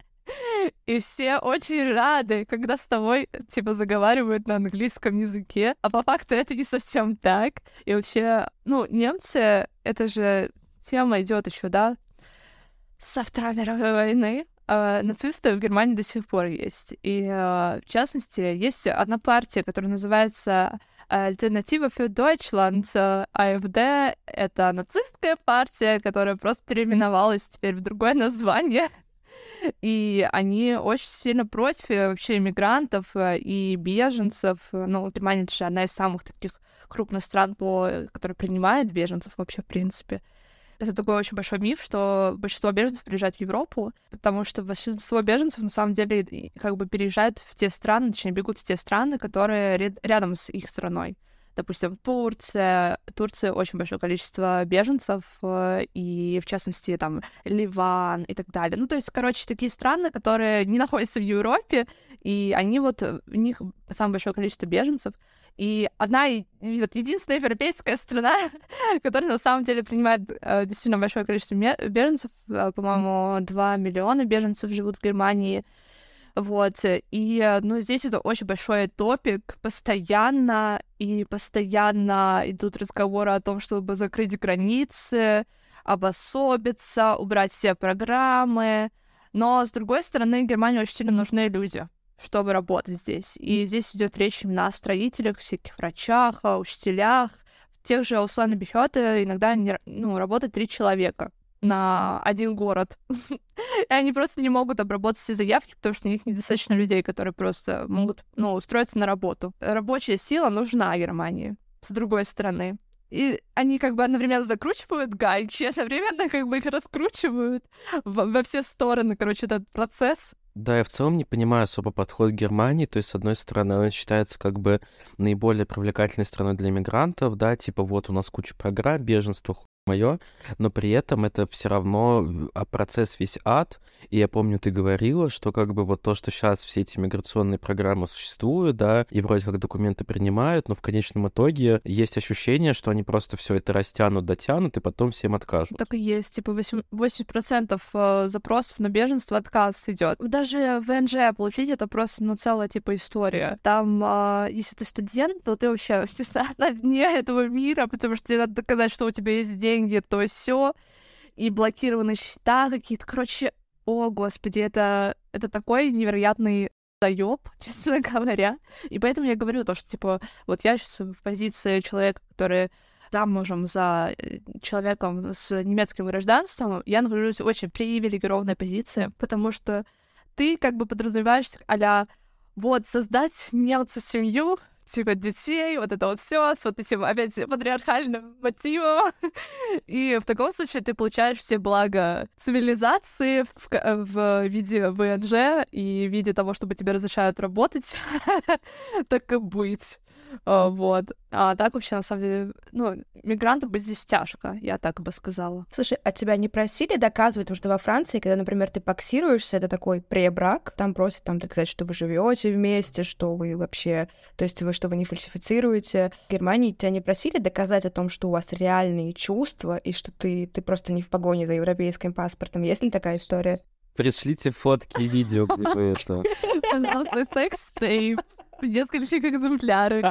И все очень рады, когда с тобой, типа, заговаривают на английском языке. А по факту это не совсем так. И вообще, ну, немцы, это же тема идет еще, да, со Второй мировой войны. Uh, нацисты в Германии до сих пор есть. И, uh, в частности, есть одна партия, которая называется Альтернатива für Deutschland, АФД. Это нацистская партия, которая просто переименовалась теперь в другое название. И они очень сильно против вообще иммигрантов и беженцев. Ну, Германия — это же одна из самых таких крупных стран, по... которая принимает беженцев вообще, в принципе. Это такой очень большой миф, что большинство беженцев приезжают в Европу, потому что большинство беженцев, на самом деле, как бы переезжают в те страны, точнее, бегут в те страны, которые ряд- рядом с их страной. Допустим, Турция. Турция очень большое количество беженцев, и, в частности, там, Ливан и так далее. Ну, то есть, короче, такие страны, которые не находятся в Европе, и они вот, в них самое большое количество беженцев. И одна, вот, единственная европейская страна, которая на самом деле принимает э, действительно большое количество беженцев, э, по-моему, два миллиона беженцев живут в Германии, вот, и, ну, здесь это очень большой топик, постоянно, и постоянно идут разговоры о том, чтобы закрыть границы, обособиться, убрать все программы, но, с другой стороны, Германии очень сильно нужны люди, чтобы работать здесь. И здесь идет речь именно о строителях, всяких врачах, о учителях. В тех же Ауслан-Бихёте иногда не, ну, работает три человека на один город. И они просто не могут обработать все заявки, потому что у них недостаточно людей, которые просто могут, ну, устроиться на работу. Рабочая сила нужна Германии, с другой стороны. И они как бы одновременно закручивают гайки, одновременно как бы их раскручивают во, во все стороны, короче, этот процесс. Да, я в целом не понимаю особо подход Германии, то есть, с одной стороны, она считается как бы наиболее привлекательной страной для иммигрантов, да, типа вот у нас куча программ, беженство, хуй моё, но при этом это все равно а процесс весь ад, и я помню, ты говорила, что как бы вот то, что сейчас все эти миграционные программы существуют, да, и вроде как документы принимают, но в конечном итоге есть ощущение, что они просто все это растянут, дотянут, и потом всем откажут. Так и есть, типа восемьдесят процентов запросов на беженство отказ идет. Даже в эн жэ получить это просто, ну, целая, типа, история. Там, э, если ты студент, то ты вообще, естественно, на дне этого мира, потому что тебе надо доказать, что у тебя есть деньги, то и сё, и блокированные счета какие-то. Короче, о, господи, это, это такой невероятный заёб, честно говоря. И поэтому я говорю то, что, типа, вот я сейчас в позиции человека, который замужем за человеком с немецким гражданством, я нахожусь в очень привилегированной позиции, потому что ты как бы подразумеваешься а-ля вот создать немцу семью, типа детей, вот это вот все с вот этим опять патриархальным мотивом. И в таком случае ты получаешь все блага цивилизации в, в виде вэ эн жэ и в виде того, чтобы тебе разрешают работать, так и быть. А, вот. А так вообще, на самом деле, ну, мигрантам быть здесь тяжко, я так бы сказала. Слушай, а тебя не просили доказывать, потому что во Франции, когда, например, ты боксируешься, это такой пребрак, там просят там доказать, что вы живете вместе, что вы вообще, то есть вы, что вы не фальсифицируете. В Германии тебя не просили доказать о том, что у вас реальные чувства, и что ты, ты просто не в погоне за европейским паспортом. Есть ли такая история? Пришлите фотки и видео, где вы это... Пожалуйста, секс-тейп. Несколько экземпляров.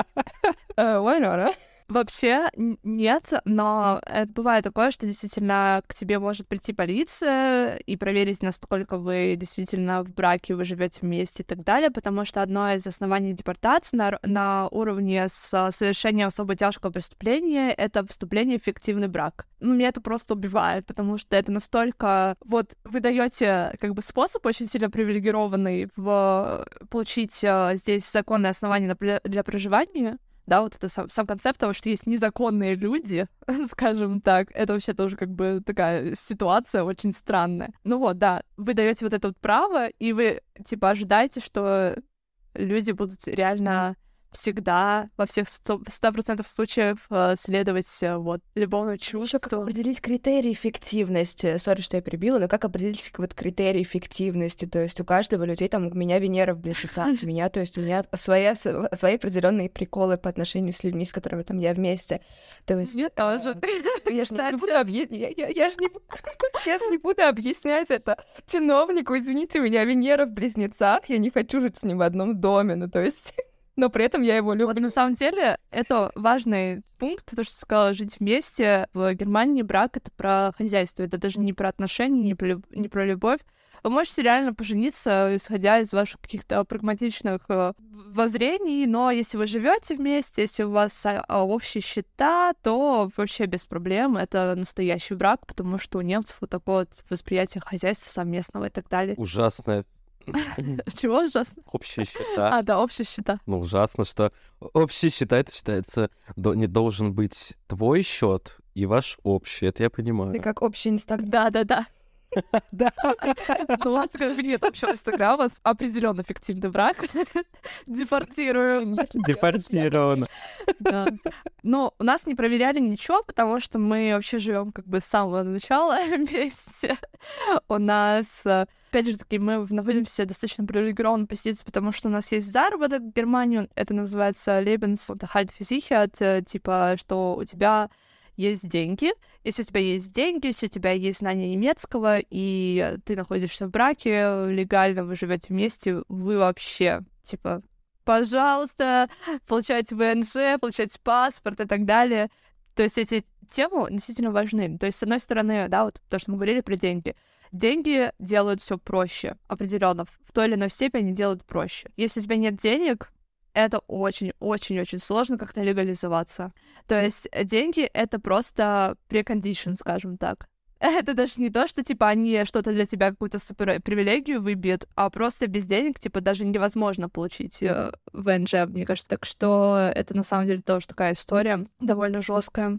Why not? Вообще н- нет, но это бывает такое, что действительно к тебе может прийти полиция и проверить, насколько вы действительно в браке, вы живете вместе и так далее, потому что одно из оснований депортации на, р- на уровне с совершением особо тяжкого преступления — это вступление в фиктивный брак. Ну, меня это просто убивает, потому что это настолько... Вот вы даете как бы способ очень сильно привилегированный в получить э, здесь законное основание на пля- для проживания. Да, вот это сам, сам концепт того, что есть незаконные люди, скажем так, это вообще тоже как бы такая ситуация очень странная. Ну вот, да, вы даете вот это вот право, и вы, типа, ожидаете, что люди будут реально всегда во всех сто процентов случаев э, следовать э, вот любовному Еще как чувству. определить критерии эффективности? Сори, что я перебила, но как определить вот критерии эффективности? То есть у каждого людей, там, у меня Венера в близнецах, у меня, то есть у меня своя, свои определенные приколы по отношению с людьми, с которыми там я вместе. То есть... Мне тоже. Я же не буду объяснять, я, я, я ж не, я ж не буду объяснять это чиновнику. Извините, у меня Венера в близнецах, я не хочу жить с ним в одном доме, ну то есть... Но при этом я его люблю. Вот на самом деле это важный пункт, то, что ты сказала, жить вместе. В Германии брак — это про хозяйство, это даже не про отношения, не про, люб- не про любовь. Вы можете реально пожениться, исходя из ваших каких-то прагматичных э, воззрений, но если вы живете вместе, если у вас а, а, общие счета, то вообще без проблем. Это настоящий брак, потому что у немцев вот такое вот восприятие хозяйства совместного и так далее. Ужасное. Чего ужасно? Общие счета. А, да, общие счета. Ну, ужасно, что общие счета, это считается, до- не должен быть твой счет и ваш общий, это я понимаю. Ты как общий инстаграм. Да-да-да. Да. Ну, у вас как бы нет общего инстаграма, определенно фиктивный брак. Депортирую. Депортировано. Да. Но у нас не проверяли ничего, потому что мы вообще живем как бы с самого начала вместе. У нас, опять же таки, мы находимся в достаточно привилегированной позиции, потому что у нас есть заработок в Германии, это называется Lebensunterhaltversichert, типа, что у тебя есть деньги. Если у тебя есть деньги, если у тебя есть знание немецкого, и ты находишься в браке легально, вы живете вместе, вы вообще, типа, пожалуйста, получайте вэ эн жэ, получайте паспорт и так далее. То есть эти темы действительно важны. То есть, с одной стороны, да, вот то, что мы говорили про деньги. Деньги делают все проще, определенно. В той или иной степени они делают проще. Если у тебя нет денег, это очень-очень-очень сложно как-то легализоваться. То есть деньги — это просто precondition, скажем так. Это даже не то, что, типа, они что-то для тебя, какую-то супер привилегию выбьют, а просто без денег, типа, даже невозможно получить э, вэ эн жэ, мне кажется. Так что это, на самом деле, тоже такая история довольно жесткая.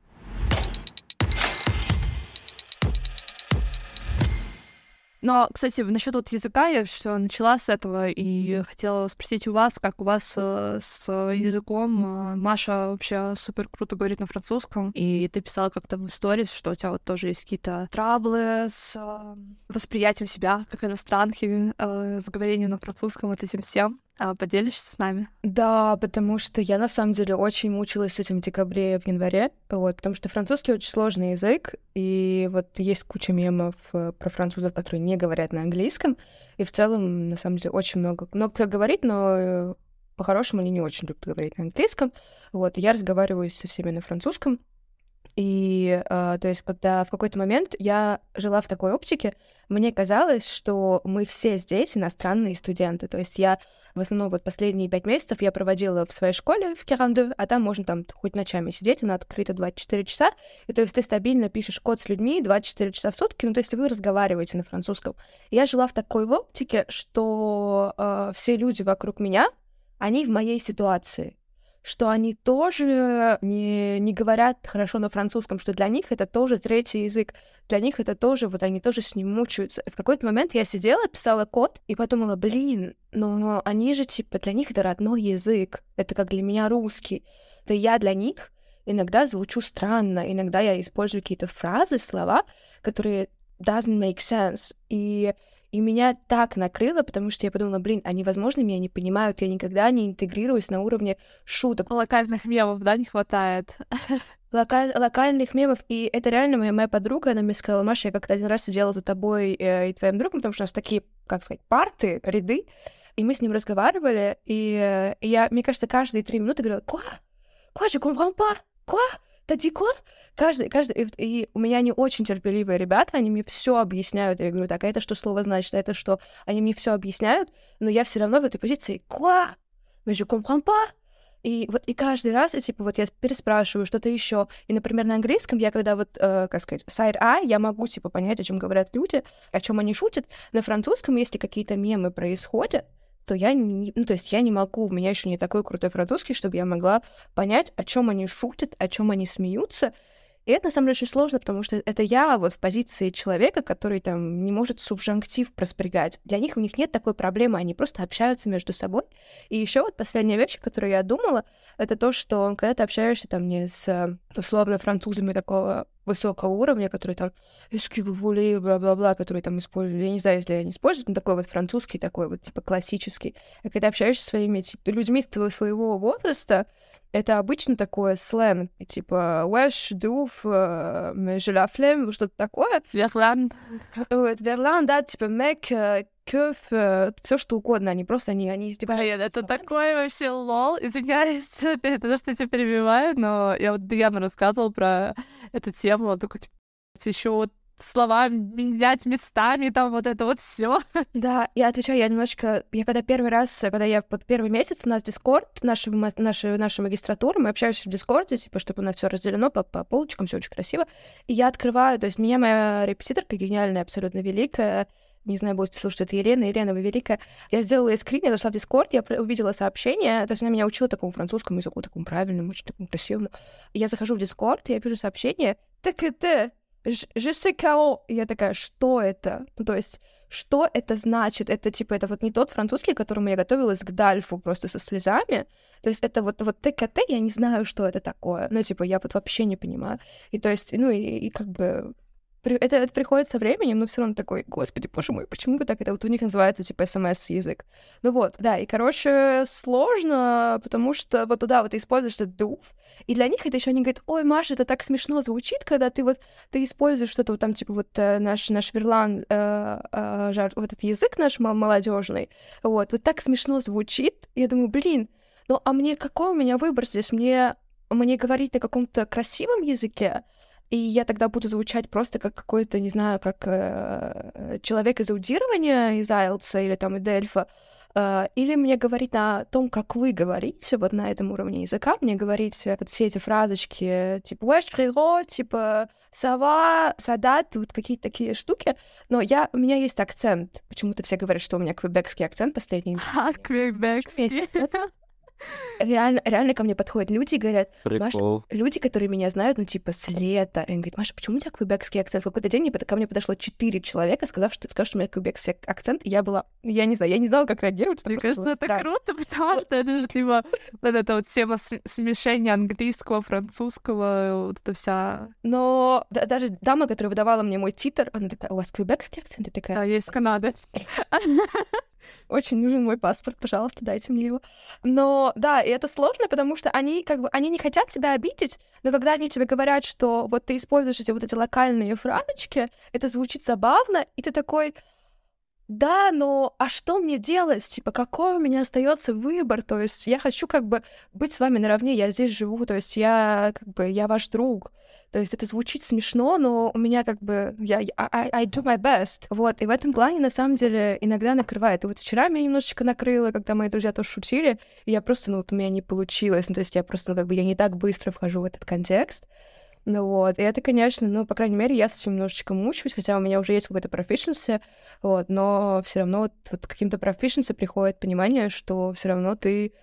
Но, кстати, насчет вот языка я все начала с этого и хотела спросить у вас, как у вас э, с языком. Э, Маша вообще супер круто говорит на французском, и ты писала как-то в сторис, что у тебя вот тоже есть какие-то траблы с э, восприятием себя как иностранки, э, с говорением на французском, вот этим всем. А поделишься с нами? Да, потому что я на самом деле очень мучилась с этим в декабре и в январе, вот, потому что французский очень сложный язык, и вот есть куча мемов э, про французов, которые не говорят на английском, и в целом, на самом деле, очень много, много кто говорит, но э, по-хорошему они не очень любят говорить на английском, вот, и я разговариваю со всеми на французском, и, э, то есть, когда в какой-то момент я жила в такой оптике, мне казалось, что мы все здесь иностранные студенты. То есть я в основном вот последние пять месяцев я проводила в своей школе в Керанду, а там можно там хоть ночами сидеть, она открыта двадцать четыре часа, и то есть ты стабильно пишешь код с людьми двадцать четыре часа в сутки, ну то есть вы разговариваете на французском. И я жила в такой оптике, что э, все люди вокруг меня, они в моей ситуации. что они тоже не, не говорят хорошо на французском, что для них это тоже третий язык, для них это тоже, вот они тоже с ним мучаются. И в какой-то момент я сидела, писала код и подумала, блин, но они же, типа, для них это родной язык, это как для меня русский, да я для них иногда звучу странно, иногда я использую какие-то фразы, слова, которые doesn't make sense, и И меня так накрыло, потому что я подумала, блин, они, возможно, меня не понимают, я никогда не интегрируюсь на уровне шуток. Локальных мемов, да, не хватает? Локаль... Локальных мемов. И это реально моя, моя подруга, она мне сказала, Маша, я как-то один раз сидела за тобой э, и твоим другом, потому что у нас такие, как сказать, парты, ряды, и мы с ним разговаривали, и, э, и я, мне кажется, каждые три минуты говорила, «Quoi? Quoi? Je comprends pas? Quoi? T'as dit quoi?» Каждый, каждый, и, и у меня они очень терпеливые ребята, они мне все объясняют. Я говорю, так, а это что слово значит, а это что? Они мне все объясняют, но я все равно в этой позиции «Quoi? Mais je comprends pas?» И вот и каждый раз, и, типа, вот я переспрашиваю что-то еще. И, например, на английском я, когда вот, э, как сказать, side-eye, я могу, типа, понять, о чем говорят люди, о чем они шутят. На французском, если какие-то мемы происходят, то я не, ну, то есть я не могу, у меня еще не такой крутой французский, чтобы я могла понять, о чем они шутят, о чем они смеются. И это, на самом деле, очень сложно, потому что это я вот в позиции человека, который там не может субжанктив проспрягать. Для них у них нет такой проблемы, они просто общаются между собой. И еще вот последняя вещь, о которой я думала, это то, что когда ты общаешься там не с, условно, французами такого высокого уровня, которые там «эски-vous-voulez», бла-бла-бла, которые там используют, я не знаю, если они используют, но такой вот французский, такой вот, типа, классический. А когда общаешься с своими типа, людьми твоего, своего возраста, это обычно такое сленг, типа «wesh, дуф, je la flemme», что-то такое. Верлан. Вот, верлан, да, типа «мек», «кёф», все что угодно, они просто, они, они издеваются. Блин, это такой вообще лол. Извиняюсь, за то, что я тебя перебиваю, но я вот Диана рассказывала про эту тему, он такой, типа, еще вот слова менять местами, там вот это вот все. Да, я отвечаю, я немножечко... Я когда первый раз, когда я под первый месяц, у нас Дискорд, наша, наша, наша магистратура, мы общаемся в Дискорде, типа, чтобы у нас все разделено по, по полочкам, все очень красиво. И я открываю, то есть меня моя репетиторка гениальная, абсолютно великая, не знаю, будете слушать, это Елена, Елена, вы великая. Я сделала скрин, я зашла в Дискорд, я увидела сообщение, то есть она меня учила такому французскому языку, такому правильному, очень такому красивому. И я захожу в Дискорд, я пишу сообщение, так это... Je sais quoi. И я такая, что это? Ну, то есть, что это значит? Это, типа, это вот не тот французский, к которому я готовилась к Дальфу просто со слезами. То есть, это вот, вот ТКТ, я не знаю, что это такое. Ну, типа, я вот вообще не понимаю. И, то есть, ну, и, и как бы... Это, это приходит со временем, но все равно такой, господи, боже мой, почему бы так? Это вот у них называется, типа, смс-язык. Ну вот, да, и, короче, сложно, потому что вот туда вот ты используешь этот дуф, и для них это еще они говорят, ой, Маша, это так смешно звучит, когда ты вот, ты используешь что-то вот там, типа, вот э, наш, наш верлан, э, э, жар, вот этот язык наш молодежный, вот, вот так смешно звучит, и я думаю, блин, ну а мне какой у меня выбор здесь? Мне, мне говорить на каком-то красивом языке, и я тогда буду звучать просто как какой-то, не знаю, как э, человек из аудирования, из айлтса или там из Дельфа, э, или мне говорить на том, как вы говорите, вот на этом уровне языка, мне говорить вот все эти фразочки, типа «wesh, frérot», типа «ça va», «ça date», вот какие-то такие штуки, но я, у меня есть акцент. Почему-то все говорят, что у меня квебекский акцент последний. А, квебекский. Реально, реально ко мне подходят люди и говорят, Прикол. Маша, люди, которые меня знают, ну, типа, с лета, и они говорят, Маша, почему у тебя квебекский акцент? В какой-то день мне, ко мне подошло четыре человека, сказав, что, сказав, что у меня квебекский акцент, и я была, я не знаю, я не знала, как реагировать. Мне кажется, это круто, потому что это же, типа, вот эта вот тема смешения английского, французского, вот это вся... Но да, даже дама, которая выдавала мне мой титр, она такая, у вас квебекский акцент? Я такая... Да, есть Канада. Очень нужен мой паспорт, пожалуйста, дайте мне его. Но да, и это сложно, потому что они как бы, они не хотят тебя обидеть, но когда они тебе говорят, что вот ты используешь эти вот эти локальные фразочки, это звучит забавно, и ты такой, да, но а что мне делать? Типа, какой у меня остается выбор? То есть я хочу как бы быть с вами наравне, я здесь живу, то есть я как бы, я ваш друг. То есть это звучит смешно, но у меня как бы, я, I, I do my best. Вот, и в этом плане, на самом деле, иногда накрывает. И вот вчера меня немножечко накрыло, когда мои друзья тоже шутили, и я просто, ну, вот у меня не получилось. Ну, то есть я просто, ну, как бы, я не так быстро вхожу в этот контекст. Ну вот, и это, конечно, ну, по крайней мере, я с этим немножечко мучаюсь, хотя у меня уже есть какой-то proficiency, вот, но все равно вот, вот каким-то proficiency приходит понимание, что все равно ты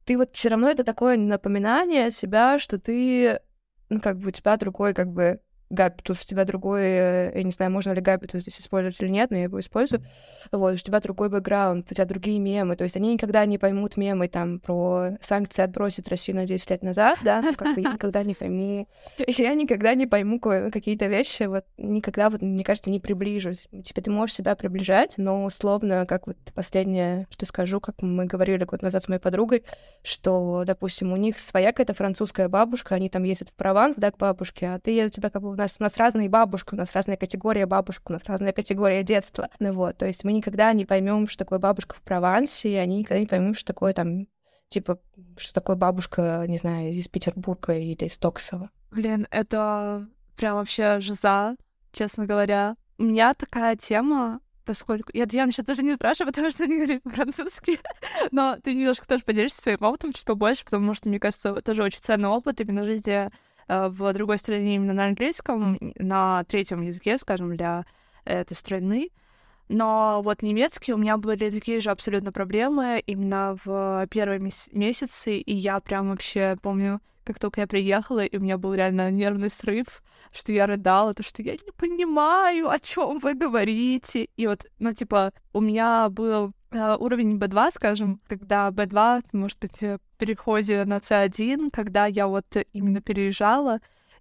ты вот все равно это такое напоминание от себя, что ты, ну, как бы у тебя другой, как бы, габитус, у тебя другой, я не знаю, можно ли габитус здесь использовать или нет, но я его использую. Вот, у тебя другой бэкграунд, у тебя другие мемы, то есть они никогда не поймут мемы там про санкции отбросить Россию на десять лет назад, да, ну, как бы я никогда не пойму, я никогда не пойму какие-то вещи, вот никогда, вот, мне кажется, не приближусь. Типа ты можешь себя приближать, но условно, как вот последнее, что скажу, как мы говорили год назад с моей подругой, что, допустим, у них своя какая-то французская бабушка, они там ездят в Прованс, да, к бабушке, а ты, у тебя как бы у нас, у нас разные бабушки, у нас разная категория бабушек, у нас разная категория детства. Ну вот, то есть мы никогда не поймем, что такое бабушка в Провансе, и они никогда не поймут, что такое там, типа, что такое бабушка, не знаю, из Петербурга или из Токсова. Блин, это прям вообще жиза, честно говоря. У меня такая тема, поскольку... Я Диана сейчас даже не спрашиваю, потому что не говорю по-французски, но ты немножко тоже поделишься своим опытом чуть побольше, потому что, мне кажется, тоже очень ценный опыт именно жизни в другой стране именно на английском, на третьем языке, скажем, для этой страны. Но вот немецкий у меня были такие же абсолютно проблемы именно в первые мес- месяцы, и я прям вообще помню, как только я приехала, и у меня был реально нервный срыв, что я рыдала, то, что я не понимаю, о чем вы говорите. И вот, ну, типа, у меня был э, уровень би два, скажем, когда би два, может быть, в переходе на си один, когда я вот именно переезжала,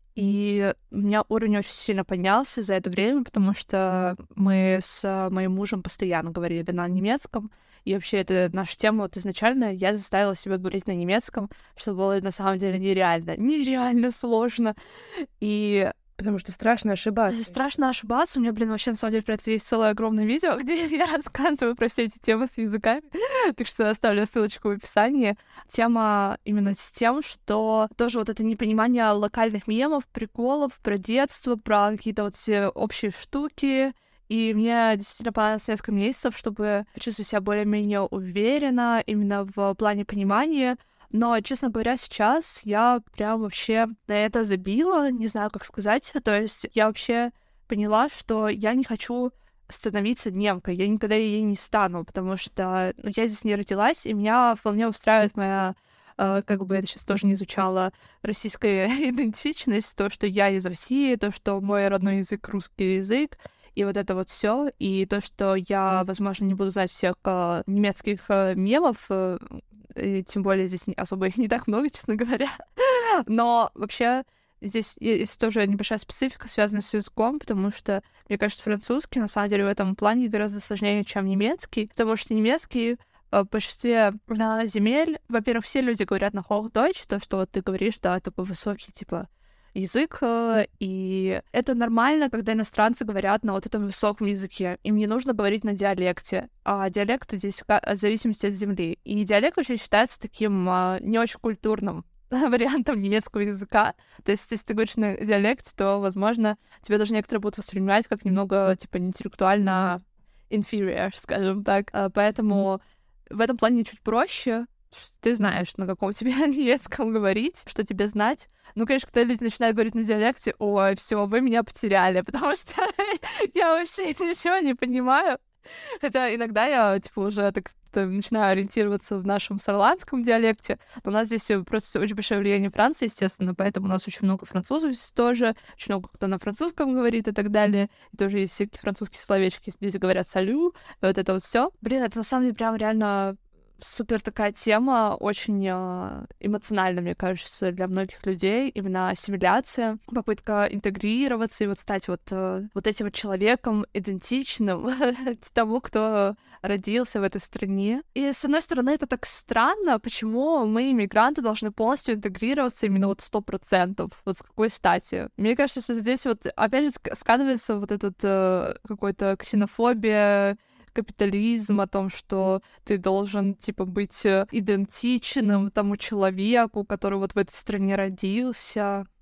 и у меня уровень очень сильно поднялся за это время, потому что мы с моим мужем постоянно говорили на немецком. И вообще это наша тема. Вот изначально я заставила себя говорить на немецком, что было на самом деле нереально. Нереально сложно. И потому что страшно ошибаться. Страшно ошибаться. У меня, блин, вообще, на самом деле, про это есть целое огромное видео, где я рассказываю про все эти темы с языками. Так что оставлю ссылочку в описании. Тема именно с тем, что тоже вот это непонимание локальных мемов, приколов, про детство, про какие-то вот все общие штуки. И мне действительно понадобилось несколько месяцев, чтобы почувствовать себя более-менее уверенно именно в плане понимания. Но, честно говоря, сейчас я прям вообще на это забила, не знаю, как сказать. То есть я вообще поняла, что я не хочу становиться немкой, я никогда ей не стану, потому что ну, я здесь не родилась, и меня вполне устраивает моя, э, как бы это сейчас тоже не звучало, российская идентичность, то, что я из России, то, что мой родной язык — русский язык, и вот это вот все, и то, что я, возможно, не буду знать всех э, немецких э, мемов, э, и тем более здесь особо их не так много, честно говоря. Но вообще здесь есть тоже небольшая специфика, связанная с языком, потому что, мне кажется, французский на самом деле в этом плане гораздо сложнее, чем немецкий, потому что немецкий в большинстве земель, во-первых, все люди говорят на Hochdeutsch, то, что вот ты говоришь, да, такой высокий, типа, язык, и это нормально, когда иностранцы говорят на вот этом высоком языке. Им не нужно говорить на диалекте, а диалект здесь в зависимости от земли. И диалект вообще считается таким а, не очень культурным вариантом немецкого языка. То есть, если ты говоришь на диалекте, то, возможно, тебя даже некоторые будут воспринимать как немного, типа, интеллектуально inferior, скажем так. А, поэтому в этом плане чуть проще. Ты знаешь, на каком тебе немецком говорить, что тебе знать. Ну, конечно, когда люди начинают говорить на диалекте, ой, все, вы меня потеряли, потому что я вообще ничего не понимаю. Хотя иногда я, типа, уже так начинаю ориентироваться в нашем сарландском диалекте. Но у нас здесь просто очень большое влияние Франции, естественно, поэтому у нас очень много французов здесь тоже, очень много кто на французском говорит и так далее. И тоже есть всякие французские словечки, здесь говорят «салю», вот это вот все. Блин, это на самом деле прям реально супер такая тема, очень э, эмоциональная, мне кажется, для многих людей. Именно ассимиляция, попытка интегрироваться и вот стать вот, э, вот этим вот человеком идентичным тому, кто родился в этой стране. И, с одной стороны, это так странно, почему мы, иммигранты, должны полностью интегрироваться именно вот сто процентов. Вот с какой стати? Мне кажется, что здесь вот, опять же, складывается вот этот э, какой-то ксенофобия, капитализм, о том, что ты должен, типа, быть идентичным тому человеку, который вот в этой стране родился.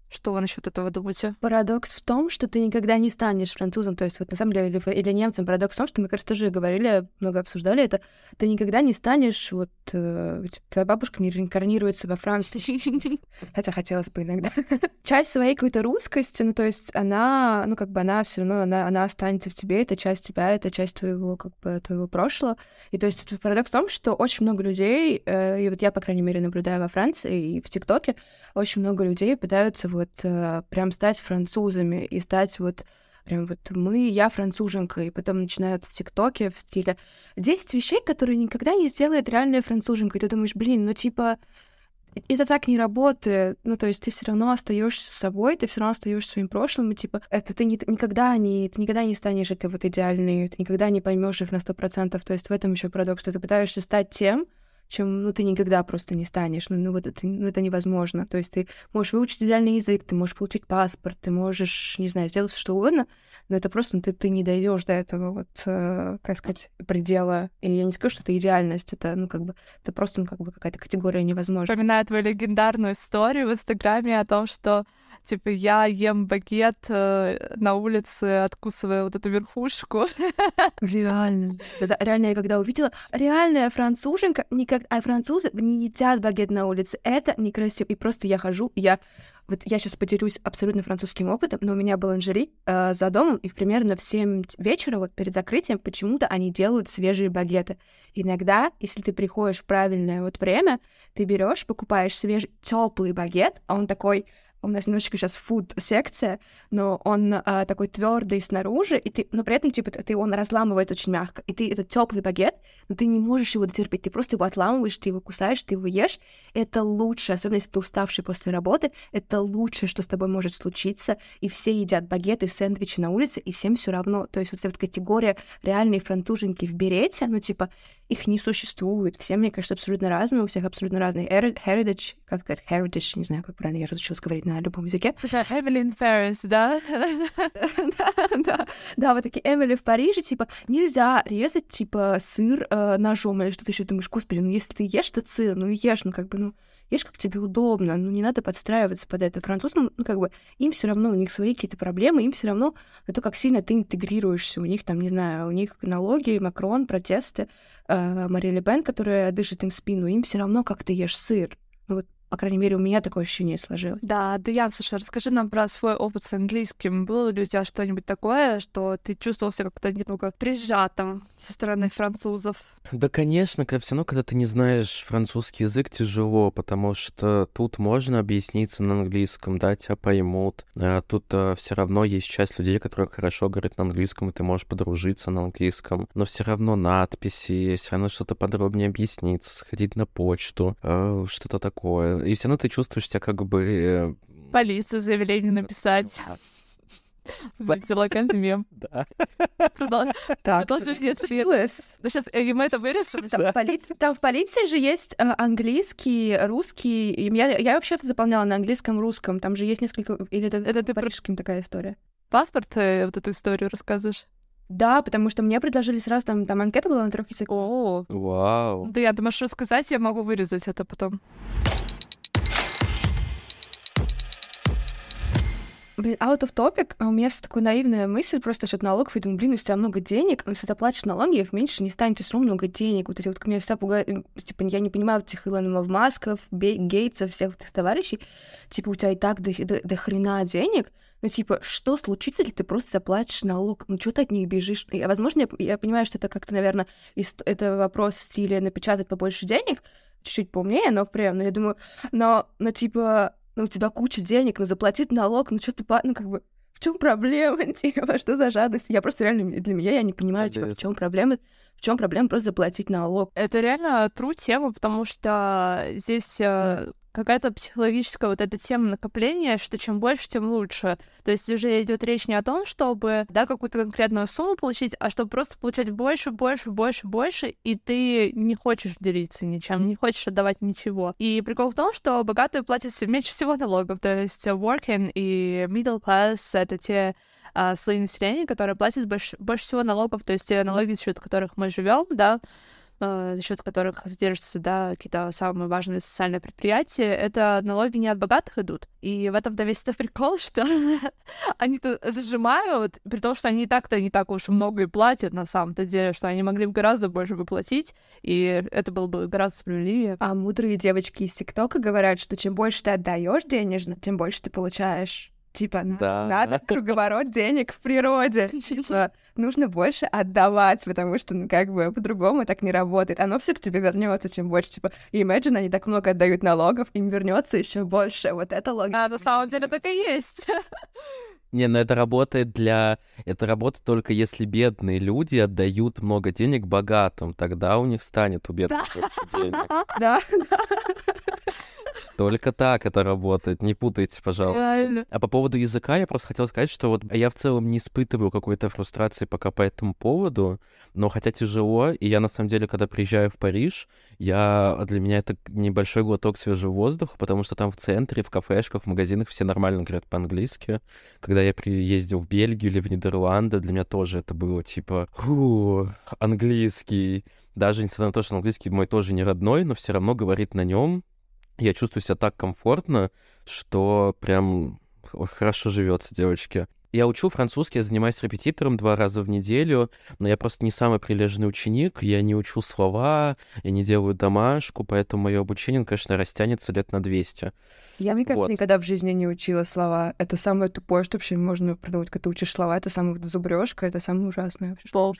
Что вы насчет этого думаете? Парадокс в том, что ты никогда не станешь французом, то есть вот на самом деле или, или немцем. Парадокс в том, что мы, кажется, тоже говорили, много обсуждали это, ты никогда не станешь, вот э, твоя бабушка не реинкарнируется во Франции, хотя хотелось бы иногда. Часть своей какой-то русскости, ну то есть она, ну как бы она все равно, она, она останется в тебе, это часть тебя, это часть твоего как бы твоего прошлого. И то есть парадокс в том, что очень много людей, э, и вот я, по крайней мере, наблюдаю во Франции и в ТикТоке, очень много людей пытаются вот э, прям стать французами и стать вот прям вот мы, я француженка, и потом начинают тиктоки в стиле десять вещей, которые никогда не сделает реальная француженка, и ты думаешь, блин, ну типа это так не работает, ну то есть ты все равно остаешься собой, ты все равно остаешься своим прошлым, и типа это ты не, никогда не ты никогда не станешь этой вот идеальной, ты никогда не поймешь их на сто процентов, то есть в этом еще парадокс, что ты пытаешься стать тем, чем, ну, ты никогда просто не станешь. Ну, ну вот это, ну, это невозможно. То есть ты можешь выучить идеальный язык, ты можешь получить паспорт, ты можешь, не знаю, сделать что угодно, но это просто, ну, ты, ты не дойдешь до этого вот, э, как сказать, предела. И я не скажу, что это идеальность, это, ну, как бы, это просто, ну, как бы какая-то категория невозможна. Вспоминаю твою легендарную историю в Инстаграме о том, что типа я ем багет э, на улице, откусывая вот эту верхушку. Реально. Да, реально, я когда увидела, реальная француженка, никак... а французы не едят багет на улице. Это некрасиво. И просто я хожу, я... Вот я сейчас поделюсь абсолютно французским опытом, но у меня был инжери э, за домом, и примерно в семь вечера, вот перед закрытием, почему-то они делают свежие багеты. Иногда, если ты приходишь в правильное вот время, ты берешь, покупаешь свежий теплый багет, а он такой... У нас немножечко сейчас фуд-секция, но он а, такой твердый снаружи, и ты, но при этом типа ты он разламывает очень мягко, и ты этот теплый багет, но ты не можешь его дотерпеть, ты просто его отламываешь, ты его кусаешь, ты его ешь. Это лучше, особенно если ты уставший после работы, это лучшее, что с тобой может случиться. И все едят багеты, сэндвичи на улице, и всем все равно. То есть вот эта вот категория реальные француженки в берете, ну типа их не существует. Все, мне кажется, абсолютно разные, у всех абсолютно разные heritage, как сказать, heritage, не знаю, как правильно я разучилась говорить на любом языке. Эмили Феррис, да? Да, да, вот такие Эмили в Париже, типа, нельзя резать, типа, сыр ножом или что-то еще. Думаешь, господи, ну если ты ешь этот сыр, ну ешь, ну как бы, ну ешь, как тебе удобно, ну не надо подстраиваться под это. Французам, ну как бы, им все равно, у них свои какие-то проблемы, им все равно на то, как сильно ты интегрируешься. У них там, не знаю, у них налоги, Макрон, протесты, э, Мари Ле Пен, которая дышит им в спину, им все равно, как ты ешь сыр. Ну вот, по крайней мере, у меня такое ощущение сложилось. Да, Даян, слушай, расскажи нам про свой опыт с английским. Было ли у тебя что-нибудь такое, что ты чувствовал себя как-то немного прижатым со стороны французов? Да, конечно, все равно, когда ты не знаешь французский язык, тяжело, потому что тут можно объясниться на английском, да, тебя поймут. А тут а, все равно есть часть людей, которые хорошо говорят на английском, и ты можешь подружиться на английском, но все равно надписи, все равно что-то подробнее объясниться, сходить на почту, э, что-то такое. И все равно ты чувствуешь себя как бы... Э... Полицию заявление написать. Локальный мем. Да. Так, сейчас мы это вырежем. Там в полиции же есть английский, русский. Я вообще заполняла на английском, русском. Там же есть несколько... Или это ты парижским такая история? Паспорт вот эту историю рассказываешь? Да, потому что мне предложили сразу, там, там анкета была на трех языках. О, вау. Да, я, ты можешь рассказать, я могу вырезать это потом. Блин, out of topic, а у меня вся такая наивная мысль просто насчет налогов, и думаю, блин, если у тебя много денег, если ты платишь налоги, их меньше не станет, все равно много денег. Вот эти вот, меня всегда пугают, типа, я не понимаю этих Илонов Масков, Гейтсов, всех этих товарищей, типа, у тебя и так до, до, до хрена денег, ну, типа, что случится, если ты просто заплатишь налог? Ну, что ты от них бежишь? И, возможно, я, я понимаю, что это как-то, наверное, это вопрос в стиле напечатать побольше денег, чуть-чуть поумнее, но прям, ну, я думаю, но, но типа... ну, у тебя куча денег, ну, заплатить налог, ну, что ты, ну, как бы, в чем проблема, типа, что за жадность? Я просто реально, для меня, я не понимаю, типа, в чем проблема, в чем проблема просто заплатить налог. Это реально true тема, потому что здесь э, какая-то психологическая вот эта тема накопления, что чем больше, тем лучше. То есть уже идет речь не о том, чтобы, да, какую-то конкретную сумму получить, а чтобы просто получать больше, больше, больше, больше, и ты не хочешь делиться ничем, не хочешь отдавать ничего. И прикол в том, что богатые платят меньше всего налогов, то есть working и middle class — это те а, слои населения, которые платят больше, больше всего налогов, то есть те налоги, за счет которых мы живем, да, э, за счет которых содержатся, да, какие-то самые важные социальные предприятия, это налоги не от богатых идут. И в этом-то весь этот прикол, что они-то зажимают, при том, что они и так-то не так уж много и платят на самом-то деле, что они могли бы гораздо больше бы платить, и это было бы гораздо справедливее. А мудрые девочки из ТикТока говорят, что чем больше ты отдаешь денежно, тем больше ты получаешь. Типа, Да. надо круговорот денег в природе. Типа, нужно больше отдавать, потому что, ну, как бы, по-другому так не работает. Оно все к тебе вернется, чем больше. Типа, и imagine, они так много отдают налогов, им вернется еще больше. Вот это логика. А на самом деле это и есть. Не, но это работает для... Это работает только если бедные люди отдают много денег богатым. Тогда у них станет у бедных больше денег. Да, Только так это работает, не путайте, пожалуйста. Реально. А по поводу языка я просто хотел сказать, что вот я в целом не испытываю какой-то фрустрации пока по этому поводу, но хотя тяжело, и я на самом деле, когда приезжаю в Париж, я для меня это небольшой глоток свежего воздуха, потому что там в центре, в кафешках, в магазинах все нормально говорят по-английски. Когда я приездил в Бельгию или в Нидерланды, для меня тоже это было типа «Фу, английский». Даже несмотря на то, что английский мой тоже не родной, но все равно говорит на нем. Я чувствую себя так комфортно, что прям хорошо живется, девочки. Я учу французский, я занимаюсь репетитором два раза в неделю, но я просто не самый прилежный ученик, я не учу слова, я не делаю домашку, поэтому мое обучение, конечно, растянется лет на двести. Я, мне кажется, Вот. никогда в жизни не учила слова. Это самое тупое, что вообще можно придумать, когда ты учишь слова. Это самая зубрёжка, это самое ужасное вообще. Пол.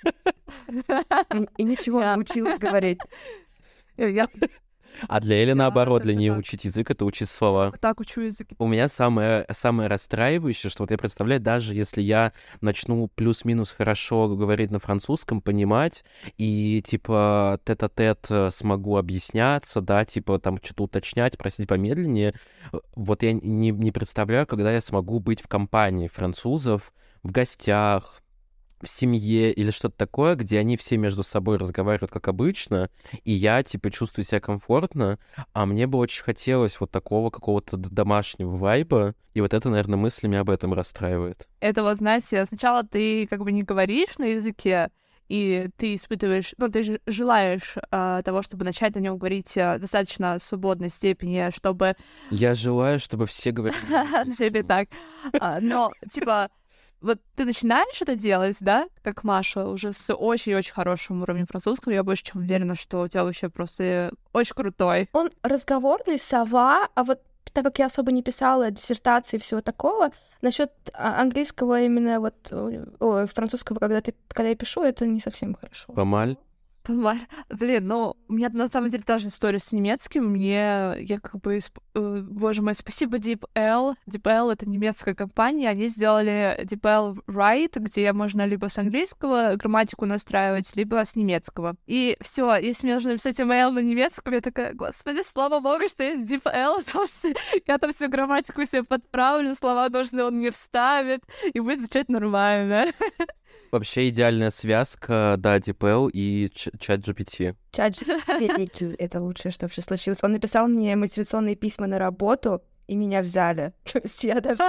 И- И ничего не училась говорить. Я А для Эли, Да, наоборот, это для нее так. учить язык — это учить слова. так учу языки. У меня самое, самое расстраивающее, что вот я представляю, даже если я начну плюс-минус хорошо говорить на французском, понимать, и, типа, тет-а-тет э, смогу объясняться, да, типа, там, что-то уточнять, просить помедленнее, э, вот я не, не представляю, когда я смогу быть в компании французов, в гостях, в семье или что-то такое, где они все между собой разговаривают как обычно, и я, типа, чувствую себя комфортно, а мне бы очень хотелось вот такого какого-то д- домашнего вайба, и вот это, наверное, мысль меня об этом расстраивает. Это вот, знаете, сначала ты как бы не говоришь на языке, и ты испытываешь, ну, ты же желаешь а, того, чтобы начать на нем говорить а, достаточно свободной степени, чтобы... Я желаю, чтобы все говорили на английском. Или так. А, но, типа, вот ты начинаешь это делать, да, как Маша, уже с очень-очень хорошим уровнем французского, я больше чем уверена, что у тебя вообще просто очень крутой. Он разговорный, сова, а вот так как я особо не писала диссертации и всего такого, насчет английского именно вот, ой, французского, когда, ты, когда я пишу, это не совсем хорошо. Помаль. Понимаю. Блин, ну, у меня на самом деле та же история с немецким. Мне, я как бы, исп- э, боже мой, спасибо DeepL. DeepL — это немецкая компания. Они сделали DeepL Write, где можно либо с английского грамматику настраивать, либо с немецкого. И все, если мне нужно написать email на немецком, я такая, господи, слава богу, что есть DeepL, потому что я там всю грамматику себе подправлю, слова нужные он мне вставит, и будет звучать нормально. Вообще идеальная связка, да, DeepL и ч- чат джи пи ти. Чат джи пи ти — это лучшее, что вообще случилось. Он написал мне мотивационные письма на работу, и меня взяли. То есть я даже...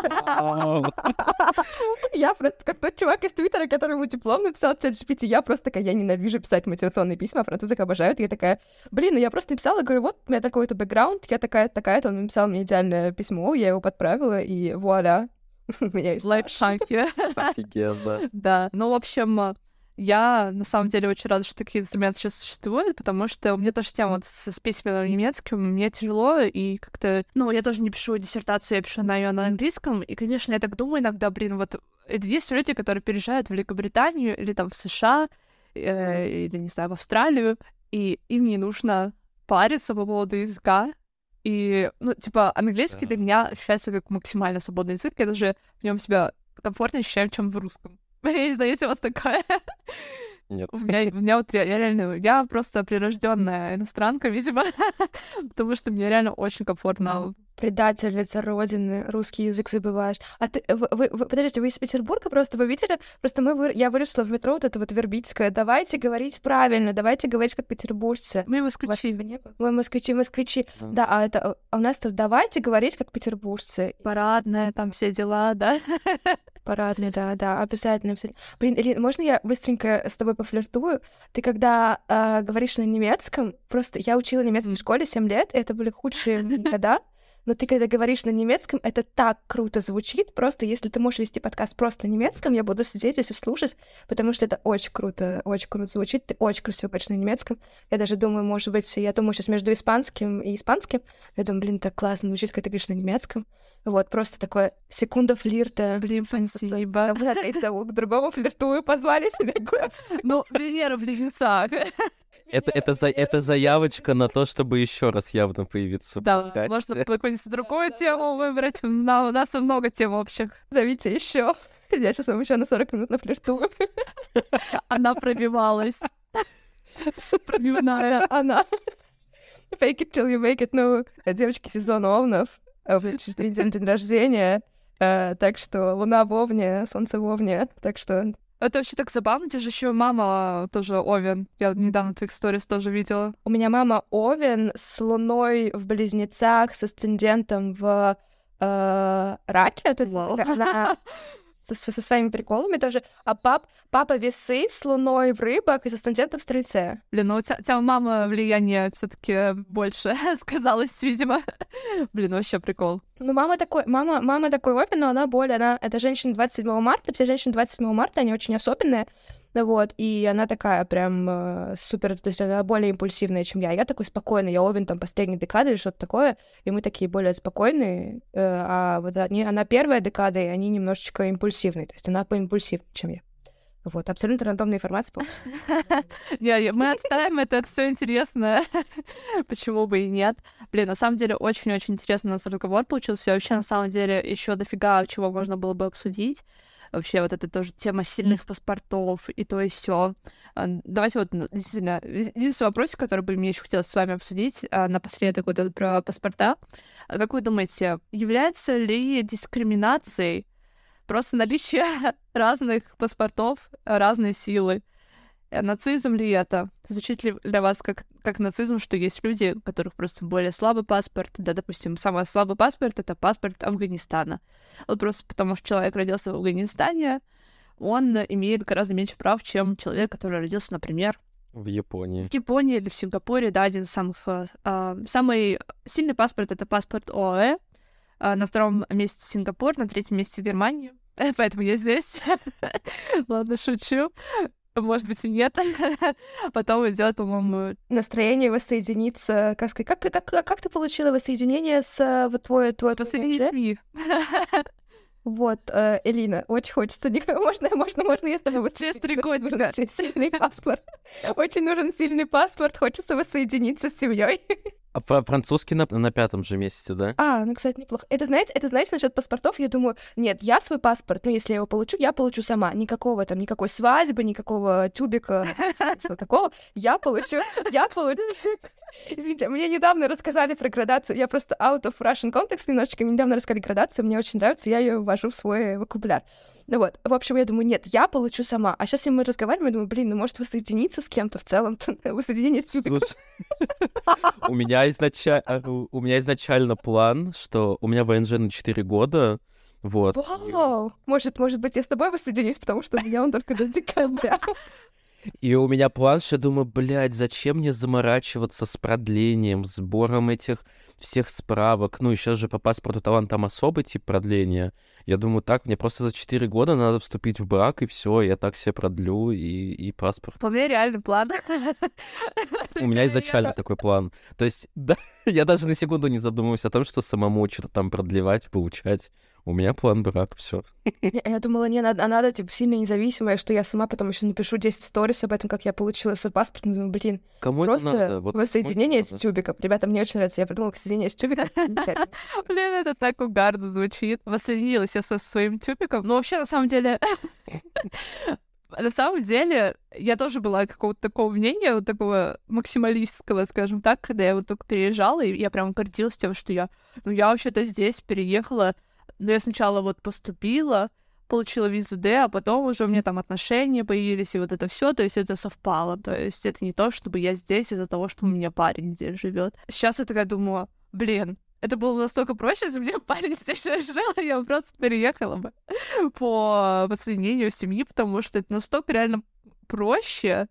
Я просто как тот чувак из Твиттера, который ему диплом написал в чат джи пи ти. Я просто такая, я ненавижу писать мотивационные письма, а французы их обожают. И я такая, блин, ну я просто написала, говорю, вот у меня такой-то бэкграунд, я такая-то, такая-то. Он написал мне идеальное письмо, я его подправила, и вуаля. Я и Лайфхаки. Офигенно. Да, ну, в общем, я на самом деле очень рада, что такие инструменты сейчас существуют, потому что у меня тоже тема вот с, с письменным немецким, мне тяжело, и как-то, ну, я тоже не пишу диссертацию, я пишу на ее на английском, и, конечно, я так думаю иногда, блин, вот есть люди, которые переезжают в Великобританию или там в США, э, или, не знаю, в Австралию, и им не нужно париться по поводу языка. И, ну, типа, английский для меня ощущается как максимально свободный язык. Я даже в нем себя комфортнее ощущаю, чем в русском. Я не знаю, если у вас такая. Нет. У меня, у меня вот ре- я реально, я просто прирожденная иностранка, видимо, потому что мне реально очень комфортно. Предательница Родины, русский язык забываешь. А ты, вы, вы- вы- подождите, вы из Петербурга просто, вы видели? Просто мы, вы- я выросла в метро, вот это вот Вербицкое. Давайте говорить правильно, давайте говорить как петербуржцы. Мы У вас москвичи. этого не было? Ой, москвичи, москвичи. Да. Да, а это, а у нас-то давайте говорить как петербуржцы. Парадная, там все дела, да. Парадный, да, да, обязательно, обязательно. Блин, Элин, можно я быстренько с тобой пофлиртую? Ты когда э, говоришь на немецком, просто я учила немецкий в школе семь лет, и это были худшие года, но ты когда говоришь на немецком, это так круто звучит, просто если ты можешь вести подкаст просто на немецком, я буду сидеть здесь и слушать, потому что это очень круто, очень круто звучит, ты очень красиво говоришь на немецком. Я даже думаю, может быть, я думаю сейчас между испанским и испанским, я думаю, блин, так классно звучит, когда ты говоришь на немецком. Вот, просто такое секунда флирта. Блин, спасибо. Вот и того к другому флиртую, позвали себе. Ну, Венера в близнецах. Это, это, за, это заявочка на то, чтобы еще раз явно появиться. Да, можно какую-нибудь другую тему выбрать. На- У нас много тем общих. Зовите еще. Я сейчас вам еще на сорок минут нафлиртую. Она пробивалась. Пробивная. Она. Fake it till you make it. Ну, девочки, сезон овнов. Через три недели день рождения. Uh, так что луна в овне, солнце в овне. Так что... Это вообще так забавно. У тебя же еще мама тоже овен. Я недавно твоих сторис тоже видела. У меня мама овен с луной в близнецах, с асцендентом в uh, раке. То есть она со, со своими приколами тоже. А пап, папа весы с луной в рыбах и с асцендентом в стрельце. Блин, ну у тебя, у тебя мама влияние все-таки больше сказалось, видимо. Блин, вообще прикол. Ну, мама такой, мама, мама такой овен, но она более, она, это женщина двадцать седьмого марта, все женщины двадцать седьмого марта, они очень особенные, вот, и она такая прям э, супер, то есть она более импульсивная, чем я. Я такой спокойный, я овен там последней декады или что-то такое, и мы такие более спокойные, э, а вот они, она первая декада, и они немножечко импульсивные, то есть она поимпульсивнее, чем я. Вот, абсолютно рандомная информация. Не, мы оставим это, это все интересно. Почему бы и нет? Блин, на самом деле, очень-очень интересный у нас разговор получился. Вообще, на самом деле, еще дофига чего можно было бы обсудить. Вообще, вот это тоже тема сильных паспортов и то и все. Давайте вот, действительно, единственный вопрос, который бы мне еще хотелось с вами обсудить, напоследок вот это про паспорта. Как вы думаете, является ли дискриминацией просто наличие разных паспортов, разной силы? Нацизм ли это? Звучит ли для вас как, как нацизм, что есть люди, у которых просто более слабый паспорт? Да, допустим, самый слабый паспорт — это паспорт Афганистана. Вот просто потому, что человек родился в Афганистане, он имеет гораздо меньше прав, чем человек, который родился, например, в Японии. В Японии или в Сингапуре, да, один из самых... Э, самый сильный паспорт — это паспорт ОАЭ, э, на втором месте Сингапур, на третьем месте Германия. Поэтому я здесь. Ладно, шучу. Может быть, и нет. Потом идет, по-моему... Настроение воссоединиться. Как, как, как, как, как ты получила воссоединение с вот твой... твой Воссоединить мир. Вот, э, Элина, очень хочется... Можно, можно, можно, я с тобой... Через три года. Сильный паспорт. Очень нужен сильный паспорт. Хочется воссоединиться с семьей. А французский на, на пятом же месте, да? А, ну, кстати, неплохо. Это, знаете, это, знаете, насчет паспортов, я думаю, нет, я свой паспорт, ну, если я его получу, я получу сама. Никакого там, никакой свадьбы, никакого тюбика, всего такого. Я получу, я получу... Извините, мне недавно рассказали про градацию. Я просто out of Russian context немножечко. Мне недавно рассказали градацию, мне очень нравится, я ее ввожу в свой вокабуляр. Ну вот, в общем, я думаю, нет, я получу сама. А сейчас, если мы разговариваем, я думаю, блин, ну, может, воссоединиться с кем-то в целом? Воссоединение с тюбиком. У меня у меня изначально план, что у меня ВНЖ на четыре года, вот. Вау! Может, может быть, я с тобой воссоединюсь, потому что у меня он только до декабря. И у меня план, что я думаю, блядь, зачем мне заморачиваться с продлением, сбором этих всех справок. Ну, и сейчас же по паспорту талант там особый тип продления. Я думаю, так, мне просто за четыре года надо вступить в брак, и все, я так себе продлю, и, и паспорт. Вполне реальный план. У меня изначально такой план. То есть, да, я даже на секунду не задумываюсь о том, что самому что-то там продлевать, получать. У меня план брак, все. Я, я думала, не надо, а надо, типа, сильно независимая, что я сама потом еще напишу десять сторис об этом, как я получила свой паспорт. Ну, думаю, блин, кому просто это надо? Вот воссоединение с тюбиком. Ребята, мне очень нравится. Я придумала воссоединение с тюбиком. Блин, это так угарно звучит. Воссоединилась я со своим тюбиком. Ну, вообще, на самом деле... На самом деле, я тоже была какого-то такого мнения, вот такого максималистского, скажем так, когда я вот только переезжала, и я прям гордилась тем, что я... Ну, я вообще-то здесь переехала. Но я сначала вот поступила, получила визу Д, а потом уже у меня там отношения появились, и вот это все, то есть это совпало. То есть это не то, чтобы я здесь из-за того, что у меня парень здесь живет. Сейчас я такая думаю, блин, это было настолько проще, если бы мне парень здесь жил, я просто переехала бы по воссоединению семьи, потому что это настолько реально проще,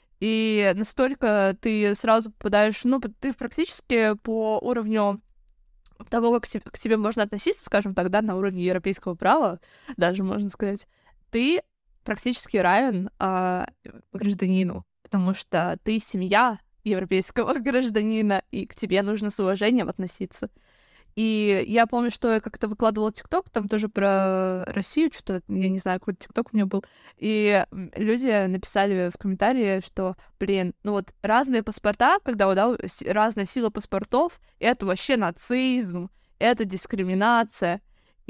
и настолько ты сразу попадаешь, ну, ты практически по уровню того, как te- к тебе можно относиться, скажем так, да, на уровне европейского права, даже можно сказать, ты практически равен а, гражданину, потому что ты семья европейского гражданина, и к тебе нужно с уважением относиться. И я помню, что я как-то выкладывала ТикТок, там тоже про Россию, что-то, я не знаю, какой-то ТикТок у меня был, и м, люди написали в комментарии, что, блин, ну вот разные паспорта, когда вот, да, с- разная сила паспортов, это вообще нацизм, это дискриминация.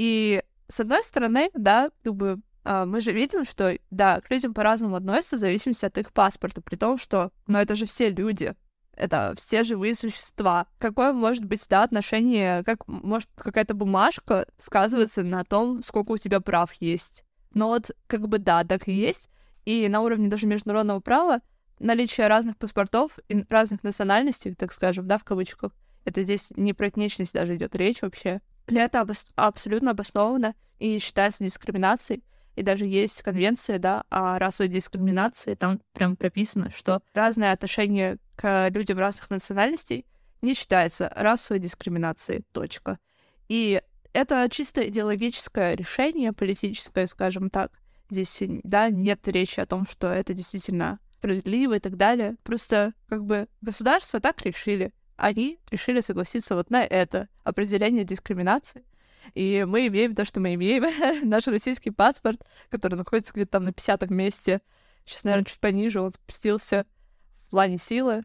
И с одной стороны, да, как бы а, мы же видим, что, да, к людям по-разному относятся в зависимости от их паспорта, при том, что, ну, это же все люди, это все живые существа. Какое может быть, да, отношение, как может какая-то бумажка сказываться на том, сколько у тебя прав есть? Но вот, как бы, да, так и есть. И на уровне даже международного права наличие разных паспортов и разных национальностей, так скажем, да, в кавычках, это здесь не про этничность даже идет речь вообще. И это обос- абсолютно обосновано и считается дискриминацией. И даже есть конвенция, да, о расовой дискриминации. Там прям прописано, что разное отношение к людям разных национальностей не считается расовой дискриминацией. Точка. И это чисто идеологическое решение, политическое, скажем так. Здесь, да, нет речи о том, что это действительно справедливо и так далее. Просто, как бы, государство так решили. Они решили согласиться вот на это определение дискриминации. И мы имеем то, что мы имеем. Наш российский паспорт, который находится где-то там на пятидесятом месте. Сейчас, наверное, чуть пониже он спустился в плане силы.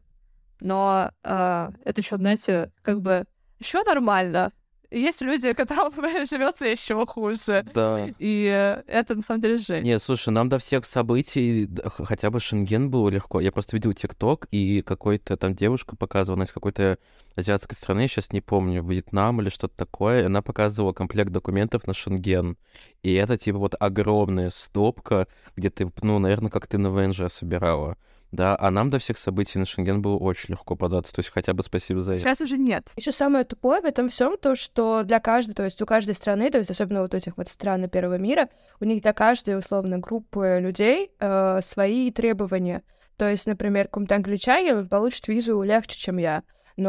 Но э, это еще, знаете, как бы еще нормально. Есть люди, которым живется еще хуже. Да. И э, это на самом деле жесть. Не, слушай, нам до всех событий д- х- хотя бы Шенген было легко. Я просто видел ТикТок, и какой-то там девушка показывала, она из какой-то азиатской страны, сейчас не помню, Вьетнам или что-то такое, и она показывала комплект документов на Шенген. И это типа вот огромная стопка, где ты, ну, наверное, как ты на ВНЖ собирала. Да, а нам до всех событий на Шенген было очень легко податься, то есть хотя бы спасибо за это. Сейчас уже нет. Еще самое тупое в этом всем то, что для каждой, то есть у каждой страны, то есть особенно вот этих вот стран первого мира, у них для каждой, условно, группы людей э, свои требования. То есть, например, какой-то англичанин он получит визу легче, чем я,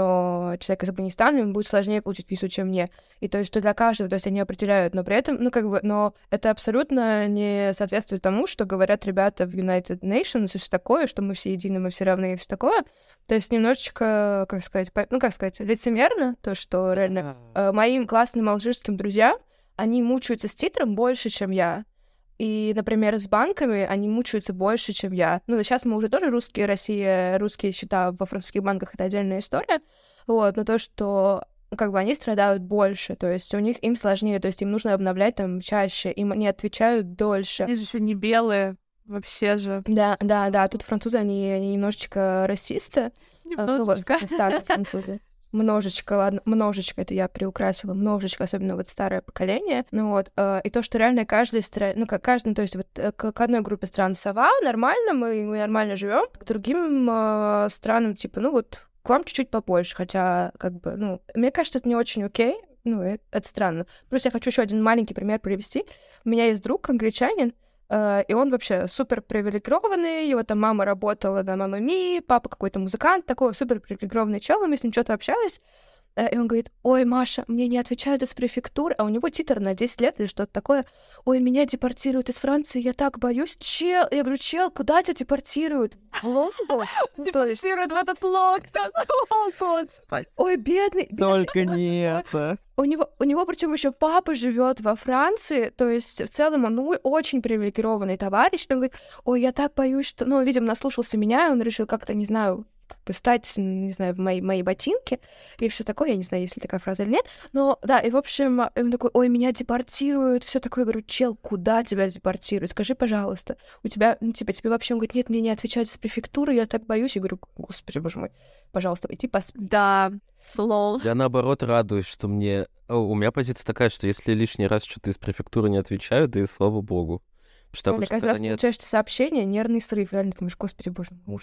но человек из Афганистана, ему будет сложнее получить визу, чем мне. И то есть, что для каждого, то есть они определяют, но при этом, ну, как бы, но это абсолютно не соответствует тому, что говорят ребята в United Nations и все такое, что мы все едины, мы все равны и все такое. То есть немножечко, как сказать, по- ну, как сказать, лицемерно, то, что реально э, моим классным алжирским друзьям, они мучаются с титром больше, чем я. И, например, с банками они мучаются больше, чем я. Ну, сейчас мы уже тоже русские, Россия, русские счета во французских банках — это отдельная история. Вот, но то, что ну, как бы они страдают больше, то есть у них им сложнее, то есть им нужно обновлять там чаще, им они отвечают дольше. Они же еще не белые, вообще же. Да, да, да, тут французы, они, они немножечко расисты. Ну, вот, Немножечко. старые французы. Множечко, ладно, множечко, это я приукрасила, множечко, особенно вот старое поколение. Ну вот, э, и то, что реально каждая страна, ну, как каждый, то есть вот э, к, к одной группе стран сова, нормально, мы, мы нормально живем, к другим э, странам, типа, ну вот, к вам чуть-чуть побольше, хотя, как бы, ну, мне кажется, это не очень окей, ну, это, это странно. Плюс я хочу еще один маленький пример привести. У меня есть друг, англичанин, Uh, и он вообще супер привилегированный, его там мама работала на Мамма Ми, папа какой-то музыкант, такой супер привилегированный чел, мы с ним что-то общались, uh, и он говорит: ой, Маша, мне не отвечают из префектуры, а у него титр на десять лет или что-то такое, ой, меня депортируют из Франции, я так боюсь. Чел, я говорю: чел, куда тебя депортируют? В Лондон? Депортируют в этот локтон. Ой, бедный. Только не это. У него, у него причем еще папа живет во Франции, то есть в целом он ну, очень привилегированный товарищ. Он говорит: ой, я так боюсь, что... Ну, видимо, наслушался меня, и он решил как-то, не знаю, как бы стать, не знаю, в мои, мои ботинки и все такое. Я не знаю, есть ли такая фраза или нет. Но да, и в общем, он такой: ой, меня депортируют, все такое. Я говорю: чел, куда тебя депортируют? Скажи, пожалуйста. У тебя, ну, типа, тебе вообще... Он говорит: нет, мне не отвечают с префектуры, я так боюсь. Я говорю: господи, боже мой, пожалуйста, иди поспи. Да, лол. Я, наоборот, радуюсь, что мне... О, у меня позиция такая, что если лишний раз что-то из префектуры не отвечают, да и слава богу. Потому что Реально, обычно, каждый раз когда нет... получаешь сообщение, нервный срыв. Реально думаешь: господи, боже мой, ужас.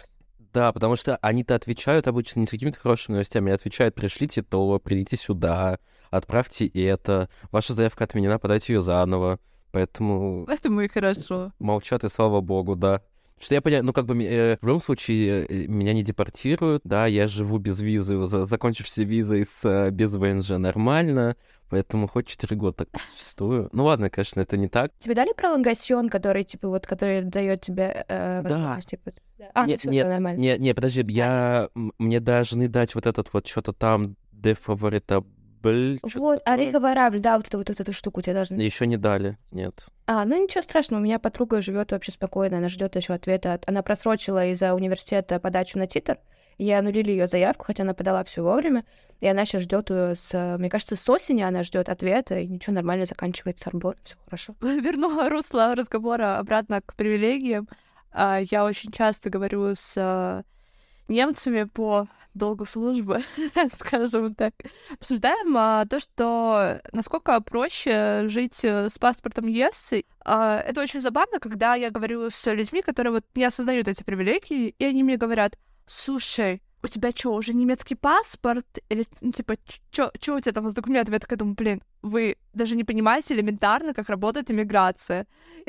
Да, потому что они-то отвечают обычно не с какими-то хорошими новостями, они отвечают: пришлите то, придите сюда, отправьте это, ваша заявка отменена, подайте ее заново. Поэтому Поэтому и хорошо. молчат, и слава богу, да. Что я понимаю, ну, как бы, э, в любом случае, э, меня не депортируют, да, я живу без визы, за- закончив все визы с, э, без ВНЖ нормально, поэтому хоть четыре года так существую. Ну, ладно, конечно, это не так. Тебе дали пролонгасьон, который, типа, вот, который дает тебе э, Да. возможность, типа... А, Не- ну всё, нет, нормально. не, не, подожди, я, м, мне должны дать вот этот вот что-то там, defavorable, Вот, арифаворабль, да, вот, это, вот эту штуку тебе должны... еще не дали, нет. А, ну ничего страшного, у меня подруга живет вообще спокойно, она ждет еще ответа. от- Она просрочила из-за университета подачу на титр, и аннулили ее заявку, хотя она подала все вовремя, и она сейчас ждет с, мне кажется, с осени она ждет ответа, и ничего, нормально заканчивается отбор, все хорошо. Вернула русло разговора обратно к привилегиям. А, Я очень часто говорю с а, немцами по долгу службы, скажем так. Обсуждаем а, то, что насколько проще жить э, с паспортом ЕС. А, Это очень забавно, когда я говорю с людьми, которые вот не осознают эти привилегии, и они мне говорят: слушай, у тебя что, уже немецкий паспорт? Или, ну, типа, что у тебя там с документами? Я такая думаю, блин, вы даже не понимаете элементарно, как работает иммиграция.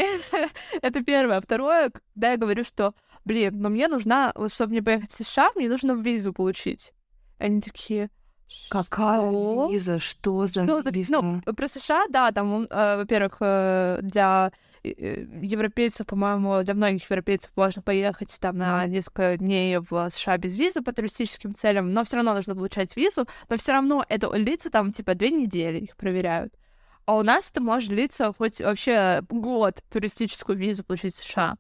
Это первое. Второе, когда я говорю, что, блин, но мне нужна, вот чтобы мне поехать в США, мне нужно визу получить. Они такие: Какая «Что?» виза? Что за Ну, за- виза? ну, про США, да, там, э, во-первых, э, для э, европейцев, по-моему, для многих европейцев можно поехать там на несколько дней в США без визы по туристическим целям, но все равно нужно получать визу, но все равно это длится там, типа, две недели, их проверяют. А у нас это может длиться хоть вообще год туристическую визу получить в США.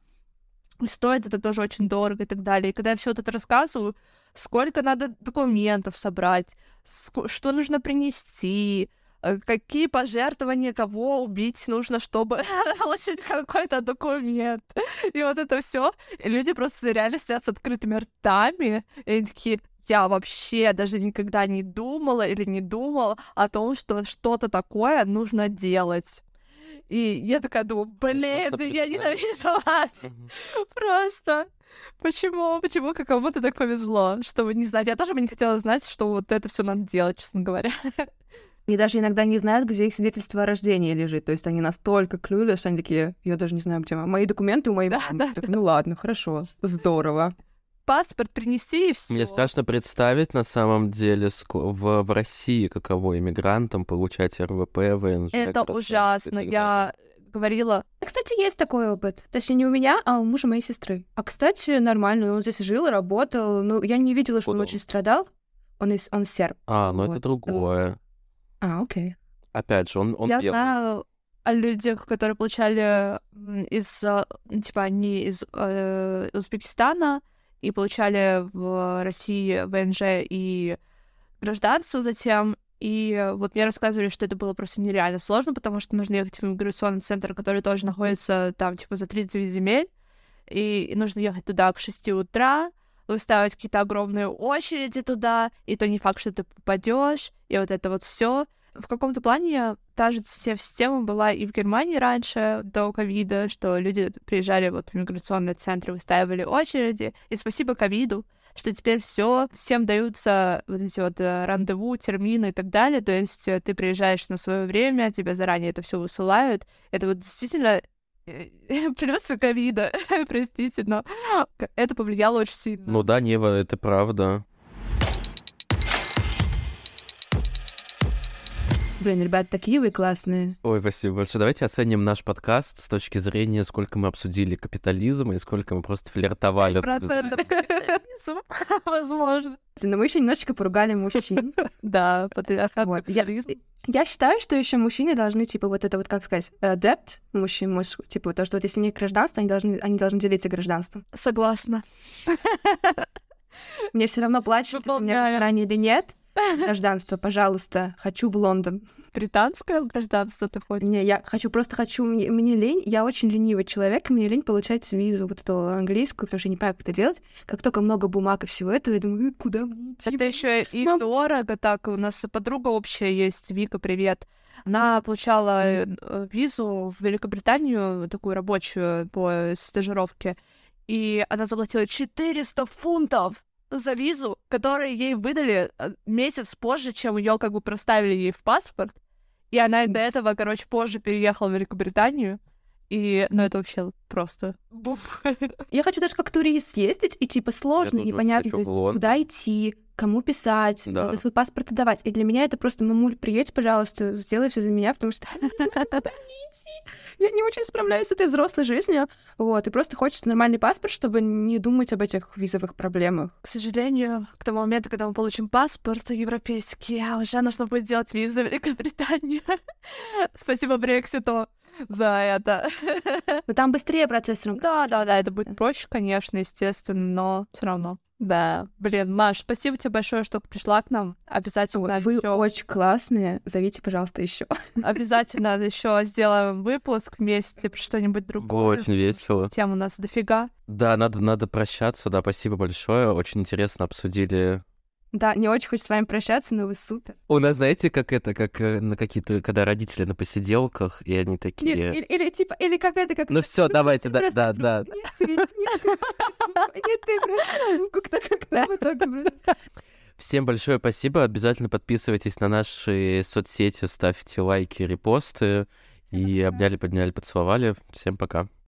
И стоит это тоже очень дорого и так далее. И когда я все это рассказываю, сколько надо документов собрать, ск- что нужно принести, э, какие пожертвования, кого убить нужно, чтобы получить какой-то документ. И вот это все. И люди просто реально сидят с открытыми ртами, и они такие: я вообще даже никогда не думала или не думал о том, что что-то такое нужно делать. И я такая думаю, блин, Просто да я представить. ненавижу вас. Мгм. Просто. Почему? Почему как кому-то так повезло, что вы не знаете? Я тоже бы не хотела знать, что вот это все надо делать, честно говоря. И даже иногда не знают, где их свидетельство о рождении лежит. То есть они настолько клюли, что они такие: я даже не знаю, где мои документы у моей Да, мамы. да, Так, ну ладно, хорошо, здорово. Паспорт принеси и все. Мне страшно представить, на самом деле, ско- в, в России каково иммигрантам получать РВП, ВНЖ. Это гражданство и ужасно. так далее. Я говорила, Кстати, есть такой опыт. Точнее, не у меня, а у мужа моей сестры. А, кстати, нормально. Он здесь жил, работал. Ну, я не видела, что он Откуда он? очень страдал. Он, из, он серб. А, ну это Вот. другое. А, окей. Опять же, он, он я белый. знаю о людях, которые получали м, из, э, ну, типа, они из э, Узбекистана и получали в России ВНЖ и гражданство затем. И э, вот мне рассказывали, что это было просто нереально сложно, потому что нужно ехать в иммиграционный центр, который тоже находится там, типа, за тридцать девять земель. И, и нужно ехать туда к шести утра, выставить какие-то огромные очереди туда, и то не факт, что ты попадешь, и вот это вот все. В каком-то плане та же си- система была и в Германии раньше, до ковида, что люди приезжали вот в миграционные центры, выстаивали очереди, и спасибо ковиду, что теперь все всем даются вот эти вот э, рандеву, термины и так далее, то есть э, ты приезжаешь на свое время, тебе заранее это все высылают. Это вот действительно э, плюсы ковида, простите, но к- это повлияло очень сильно. Ну да, Нева, это правда. Блин, ребят, такие вы классные. Ой, спасибо большое. Давайте оценим наш подкаст с точки зрения, сколько мы обсудили капитализм и сколько мы просто флиртовали. Процентов возможно. Но мы еще немножечко поругали мужчин. Да, патриархат, Вот. Я, капитализм. я считаю, что еще мужчины должны, типа, вот это вот, как сказать, адепт мужчин, муж, типа, то, что вот если у них гражданство, они должны, они должны делиться гражданством. Согласна. Мне все равно плачет, у меня Выполняю. в стране или нет. Гражданство, пожалуйста, хочу в Лондон. Британское гражданство ты хочешь? Не, я хочу, просто хочу, мне, мне лень, я очень ленивый человек, и мне лень получать визу, вот эту английскую, потому что я не понимаю, как это делать. Как только много бумаг и всего этого, я думаю, «Э, куда мне идти?» Это еще и Мам. дорого так. У нас подруга общая есть, Вика, привет. Она получала э, визу в Великобританию, такую рабочую по стажировке. и она заплатила четыреста фунтов за визу, которую ей выдали э, месяц позже, чем ее как бы проставили ей в паспорт. И она из-за этого, короче, позже переехала в Великобританию. И, ну, это вообще просто... буф. Я хочу даже как турист съездить, и типа сложно, тоже очень непонятно, хочу то есть в Лондон. куда идти, кому писать, Да. надо свой паспорт отдавать. И для меня это просто: мамуль, приедь, пожалуйста, сделай все за меня, потому что я не очень справляюсь с этой взрослой жизнью. Вот, и просто хочется нормальный паспорт, чтобы не думать об этих визовых проблемах. К сожалению, к тому моменту, когда мы получим паспорт европейский, уже нужно будет делать визу в Великобританию. Спасибо Брекситу за это. Но там быстрее процесс. Да, да, да, это будет проще, конечно, естественно, но все равно. Да, блин, Маш, спасибо тебе большое, что пришла к нам. Обязательно Вы ещё- очень классные. Зовите, пожалуйста, еще. обязательно еще сделаем выпуск вместе про что-нибудь Было другое. очень весело. Тем у нас дофига. Да, надо, надо прощаться, да, спасибо большое. Очень интересно обсудили. Да, не очень хочется с вами прощаться, но вы супер. У нас, знаете, как это, как э, на какие-то, когда родители на посиделках, и они Или, такие... или, или типа, или какая-то как... Ну все, давайте, да, Просто- да, да. Нет, ты, нет, ты, нет, ты просто, ну, как-то, как-то в итоге просто. Всем большое спасибо. Обязательно подписывайтесь на наши соцсети, ставьте лайки, репосты. И обняли, подняли, поцеловали. Всем пока.